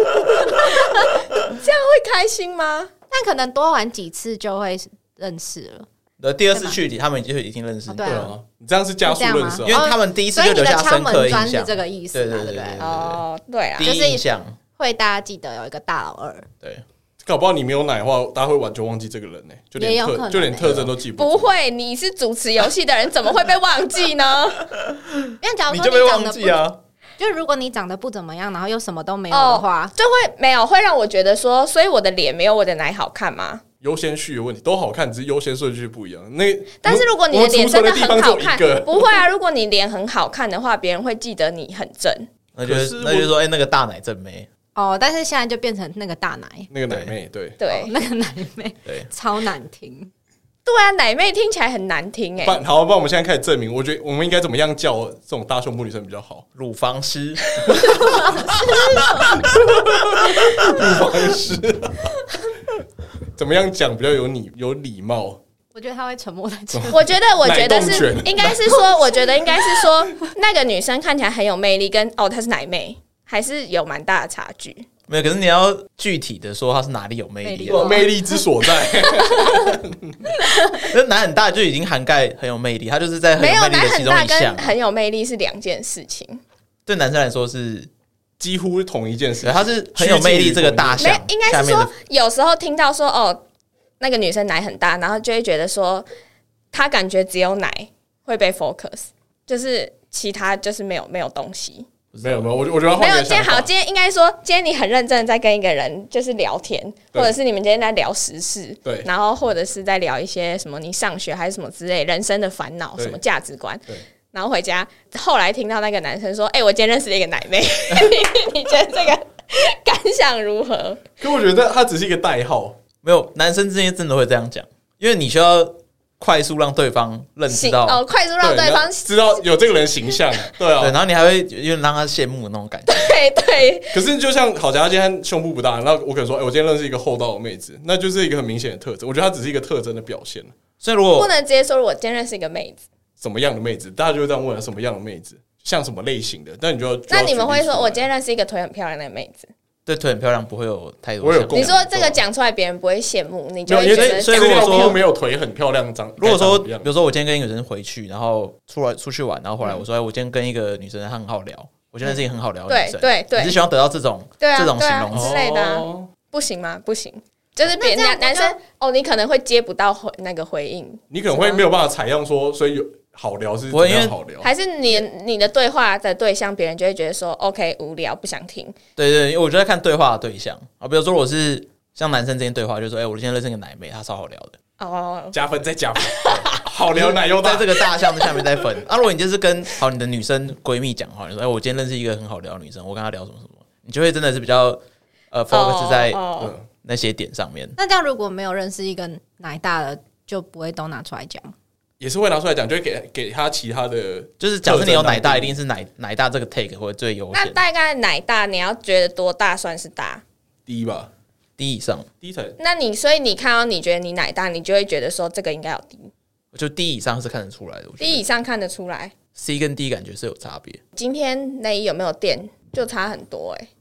这样会开心吗？ 但可能多玩几次就会认识了。 呃，第二次去他们就已经认识， 对啊， 你这样是加速认识， 因为他们第一次就留下深刻印象， 是这个意思， 对对对对哦，对啊， 第一印象。 会大家记得有一个大老二， 对，搞不好你没有奶的话，大家会完全忘记这个人呢、欸，就连特就连特征都记不住。 不会，你是主持游戏的人，怎么会被忘记呢？ 因为假如说你就被忘记啊， 就如果你长得不怎么样，然后又什么都没有的话， 哦、就会没有，会让我觉得说，所以我的脸没有我的奶好看吗？ 优先序的问题都好看，只是优先顺序不一样。那但是如果你的脸真的很好看， 个不会啊。如果你脸很好看的话，别人会记得你很正。 那就是那就是说，哎、欸，那个大奶正妹。 哦，但是现在就变成那个大奶， 那个奶妹，对对， 那个奶妹， 对， 超难听。 对啊，奶妹听起来很难听哎、 欸。好，不然我们现在开始证明，我觉得我们应该怎么样叫这种大胸部女生比较好？ 乳房师， 乳房师，怎么样讲比较有礼有礼貌？ 我觉得他会沉默在这。 我觉得，我觉得是应该是说，我觉得应该是说，那个女生看起来很有魅力，跟哦她是奶妹。还是有蛮大的差距， 没有。可是你要具体的说，他是哪里有魅力、 啊？魅力之所在。 那奶很大就已经涵盖很有魅力，他就是在很有魅力的其中一项。 没有，奶很大跟很有魅力是两件事情。 对男生来说是几乎同一件事情， 他是很有魅力这个大项。 应该是说，有时候听到说哦，那个女生奶很大，然后就会觉得说，她感觉只有奶会被 focus， 就是其他就是没有没有东西。 没有没有，我我觉得没有。今天好，今天应该说，今天你很认真的在跟一个人就是聊天，或者是你们今天在聊时事， 对， 然后或者是在聊一些什么你上学还是什么之类人生的烦恼，什么价值观， 对。 然后回家，后来听到那个男生说：“哎、欸，我今天认识了一个奶妹。”你觉得这个感想如何？ 可我觉得他只是一个代号， 没有男生之间真的会这样讲，因为你需要。快速让对方认知到哦，快速让对方知道有这个人形象，对啊， 对，然后你还会有点让他羡慕的那种感觉， 对对。 可是就像好，假如今天胸部不大，那我可能说，哎、欸，我今天认识一个厚道的妹子，那就是一个很明显的特征。我觉得它只是一个特征的表现。 所以如果不能直接说我今天认识一个妹子， 什么样的妹子，大家就会这样问：什么样的妹子，像什么类型的？但你就要， 那你们会说我今天认识一个腿很漂亮的妹子。 对，腿很漂亮，不会有太多。 有你说这个讲出来，别人不会羡慕，你就会觉得。 所以如果说没有腿很漂亮，长如果说，比如说我今天跟一个女生回去，然后出来出去玩，然后回来我说，哎，我今天跟一个女生她很好聊，我觉得是一个很好聊的女生。 对对对， 你是希望得到这种这种形容词之类的，不行吗？不行，就是别人家男生哦，你可能会接不到那个回应， 你可能会没有办法采样说，所以有。好聊是怎么样好聊？ 还是你你的对话的对象，别人就会觉得说 OK 无聊，不想听。 对对，因为我就在看对话的对象啊，比如说我是像男生之间对话，就说哎、欸，我今天认识个奶妹，她超好聊的哦， 加分再加分，好聊奶又在这个大项的下面再分。啊，如果你就是跟好你的女生闺蜜讲话，你说哎、欸，我今天认识一个很好聊的女生，我跟她聊什么什么，你就会真的是比较呃 focus 在、 哦呃、那些点上面。 那这样如果没有认识一个奶大的，就不会都拿出来讲。 也是会拿出来讲，就会给给他其他的， 就是假设你有奶大，一定是奶奶大这个 take 会最优先。 那大概奶大，你要觉得多大算是大？ 低吧， 低以上， 低才。 那你所以你看到你觉得你奶大，你就会觉得说这个应该有低， 就低以上是看得出来的。 低以上看得出来 ，C 跟 D 感觉是有差别。 今天内衣有没有电就差很多哎、欸。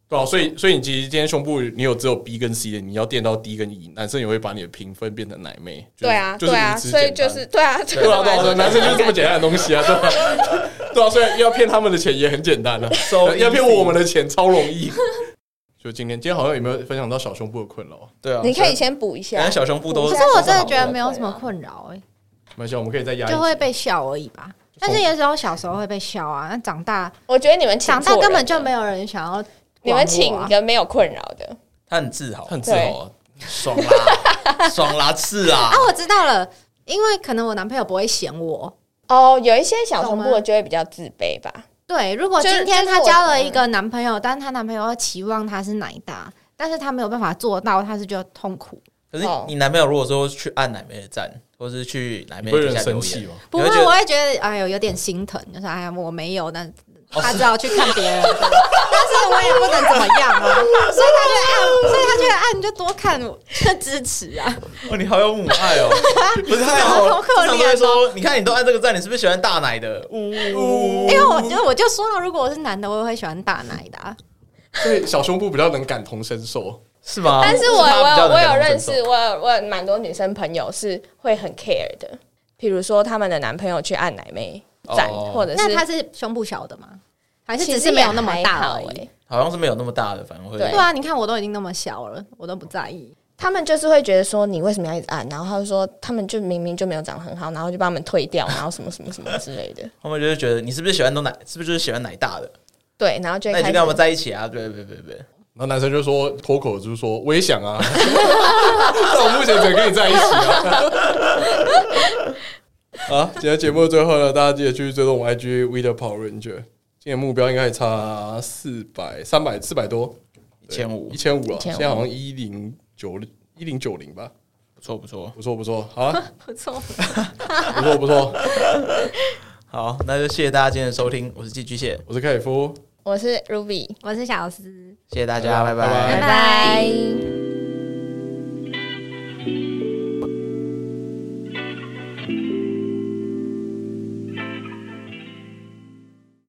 对啊，所以所以你其实今天胸部你有只有 B 跟 C 的，你要垫到 D 跟 E， 男生也会把你的评分变成奶妹。就是、 对啊， 就是对啊，所以就是对啊， 对啊，对啊，男生就是这么简单的东西啊，对吧？对啊，所以要骗他们的钱也很简单啊， so、要骗我们的钱超容易。就今天，今天好像有没有分享到小胸部的困扰？ 对啊， 你可以先补一下。 小胸部都， 可是我真的觉得没有什么困扰哎、欸。 没关系，我们可以再压， 就会被笑而已吧。但是有时候小时候会被笑啊，那长大， 我觉得你们长大根本就没有人想要、啊， 你们请一个没有困扰的， 他很自豪， 他很自豪啊， 爽啦，爽啦，是啊。 啊，我知道了，因为可能我男朋友不会嫌我哦，有一些小胸部的就会比较自卑吧。 对，如果今天她交了一个男朋友，但是她男朋友期望她是奶大，但是她没有办法做到，她是觉得痛苦。 可是你男朋友如果说去按奶妹的赞，或是去奶妹底下留言， 不会，我会觉得哎呦有点心疼，就是哎呀我没有，但他只好去看别人，但是我也不能怎么样啊，所以他就按，所以他就按，你就多看，就支持啊。 哦，你好有母爱哦，不是太好了，好可怜哦。说你看你都按这个赞，你是不是喜欢大奶的？呜呜，因为我就我就说了，如果我是男的，我也会喜欢大奶的、啊。 所以小胸部比较能感同身受。 是吗？ 但是我我有我有认识，我有我有蛮多女生朋友是会很 care 的，比如说他们的男朋友去按奶妹赞，哦、或者是那他是胸部小的吗？还是只是没有那么大而已？ 欸、好像是没有那么大的，反而会对啊，你看我都已经那么小了，我都不在意。 他们就是会觉得说你为什么要一直按，然后他就说他们就明明就没有长很好，然后就把他们退掉，然后什么什么什么之类的。 他们就是觉得你是不是喜欢都奶，是不是就是喜欢奶大的？ 对，然后就那你就跟他们在一起啊？对对对对。 然后男生就说脱口就是说我也想啊，但我目前只能跟你在一起啊。好，今天节目的最后呢，大家记得继续追踪我们 I G We The Power Ranger。今年目标应该还差四百、三百、四百多， 一千五， 一千五了。现在好像一零九一零九零吧， 不错不错不错不错，好、啊， 不错不错不错。 好，那就谢谢大家今天的收听，我是寄居蟹， 我是凯夫， 我是 Ruby， 我是小思， 谢谢大家，拜拜， 拜拜。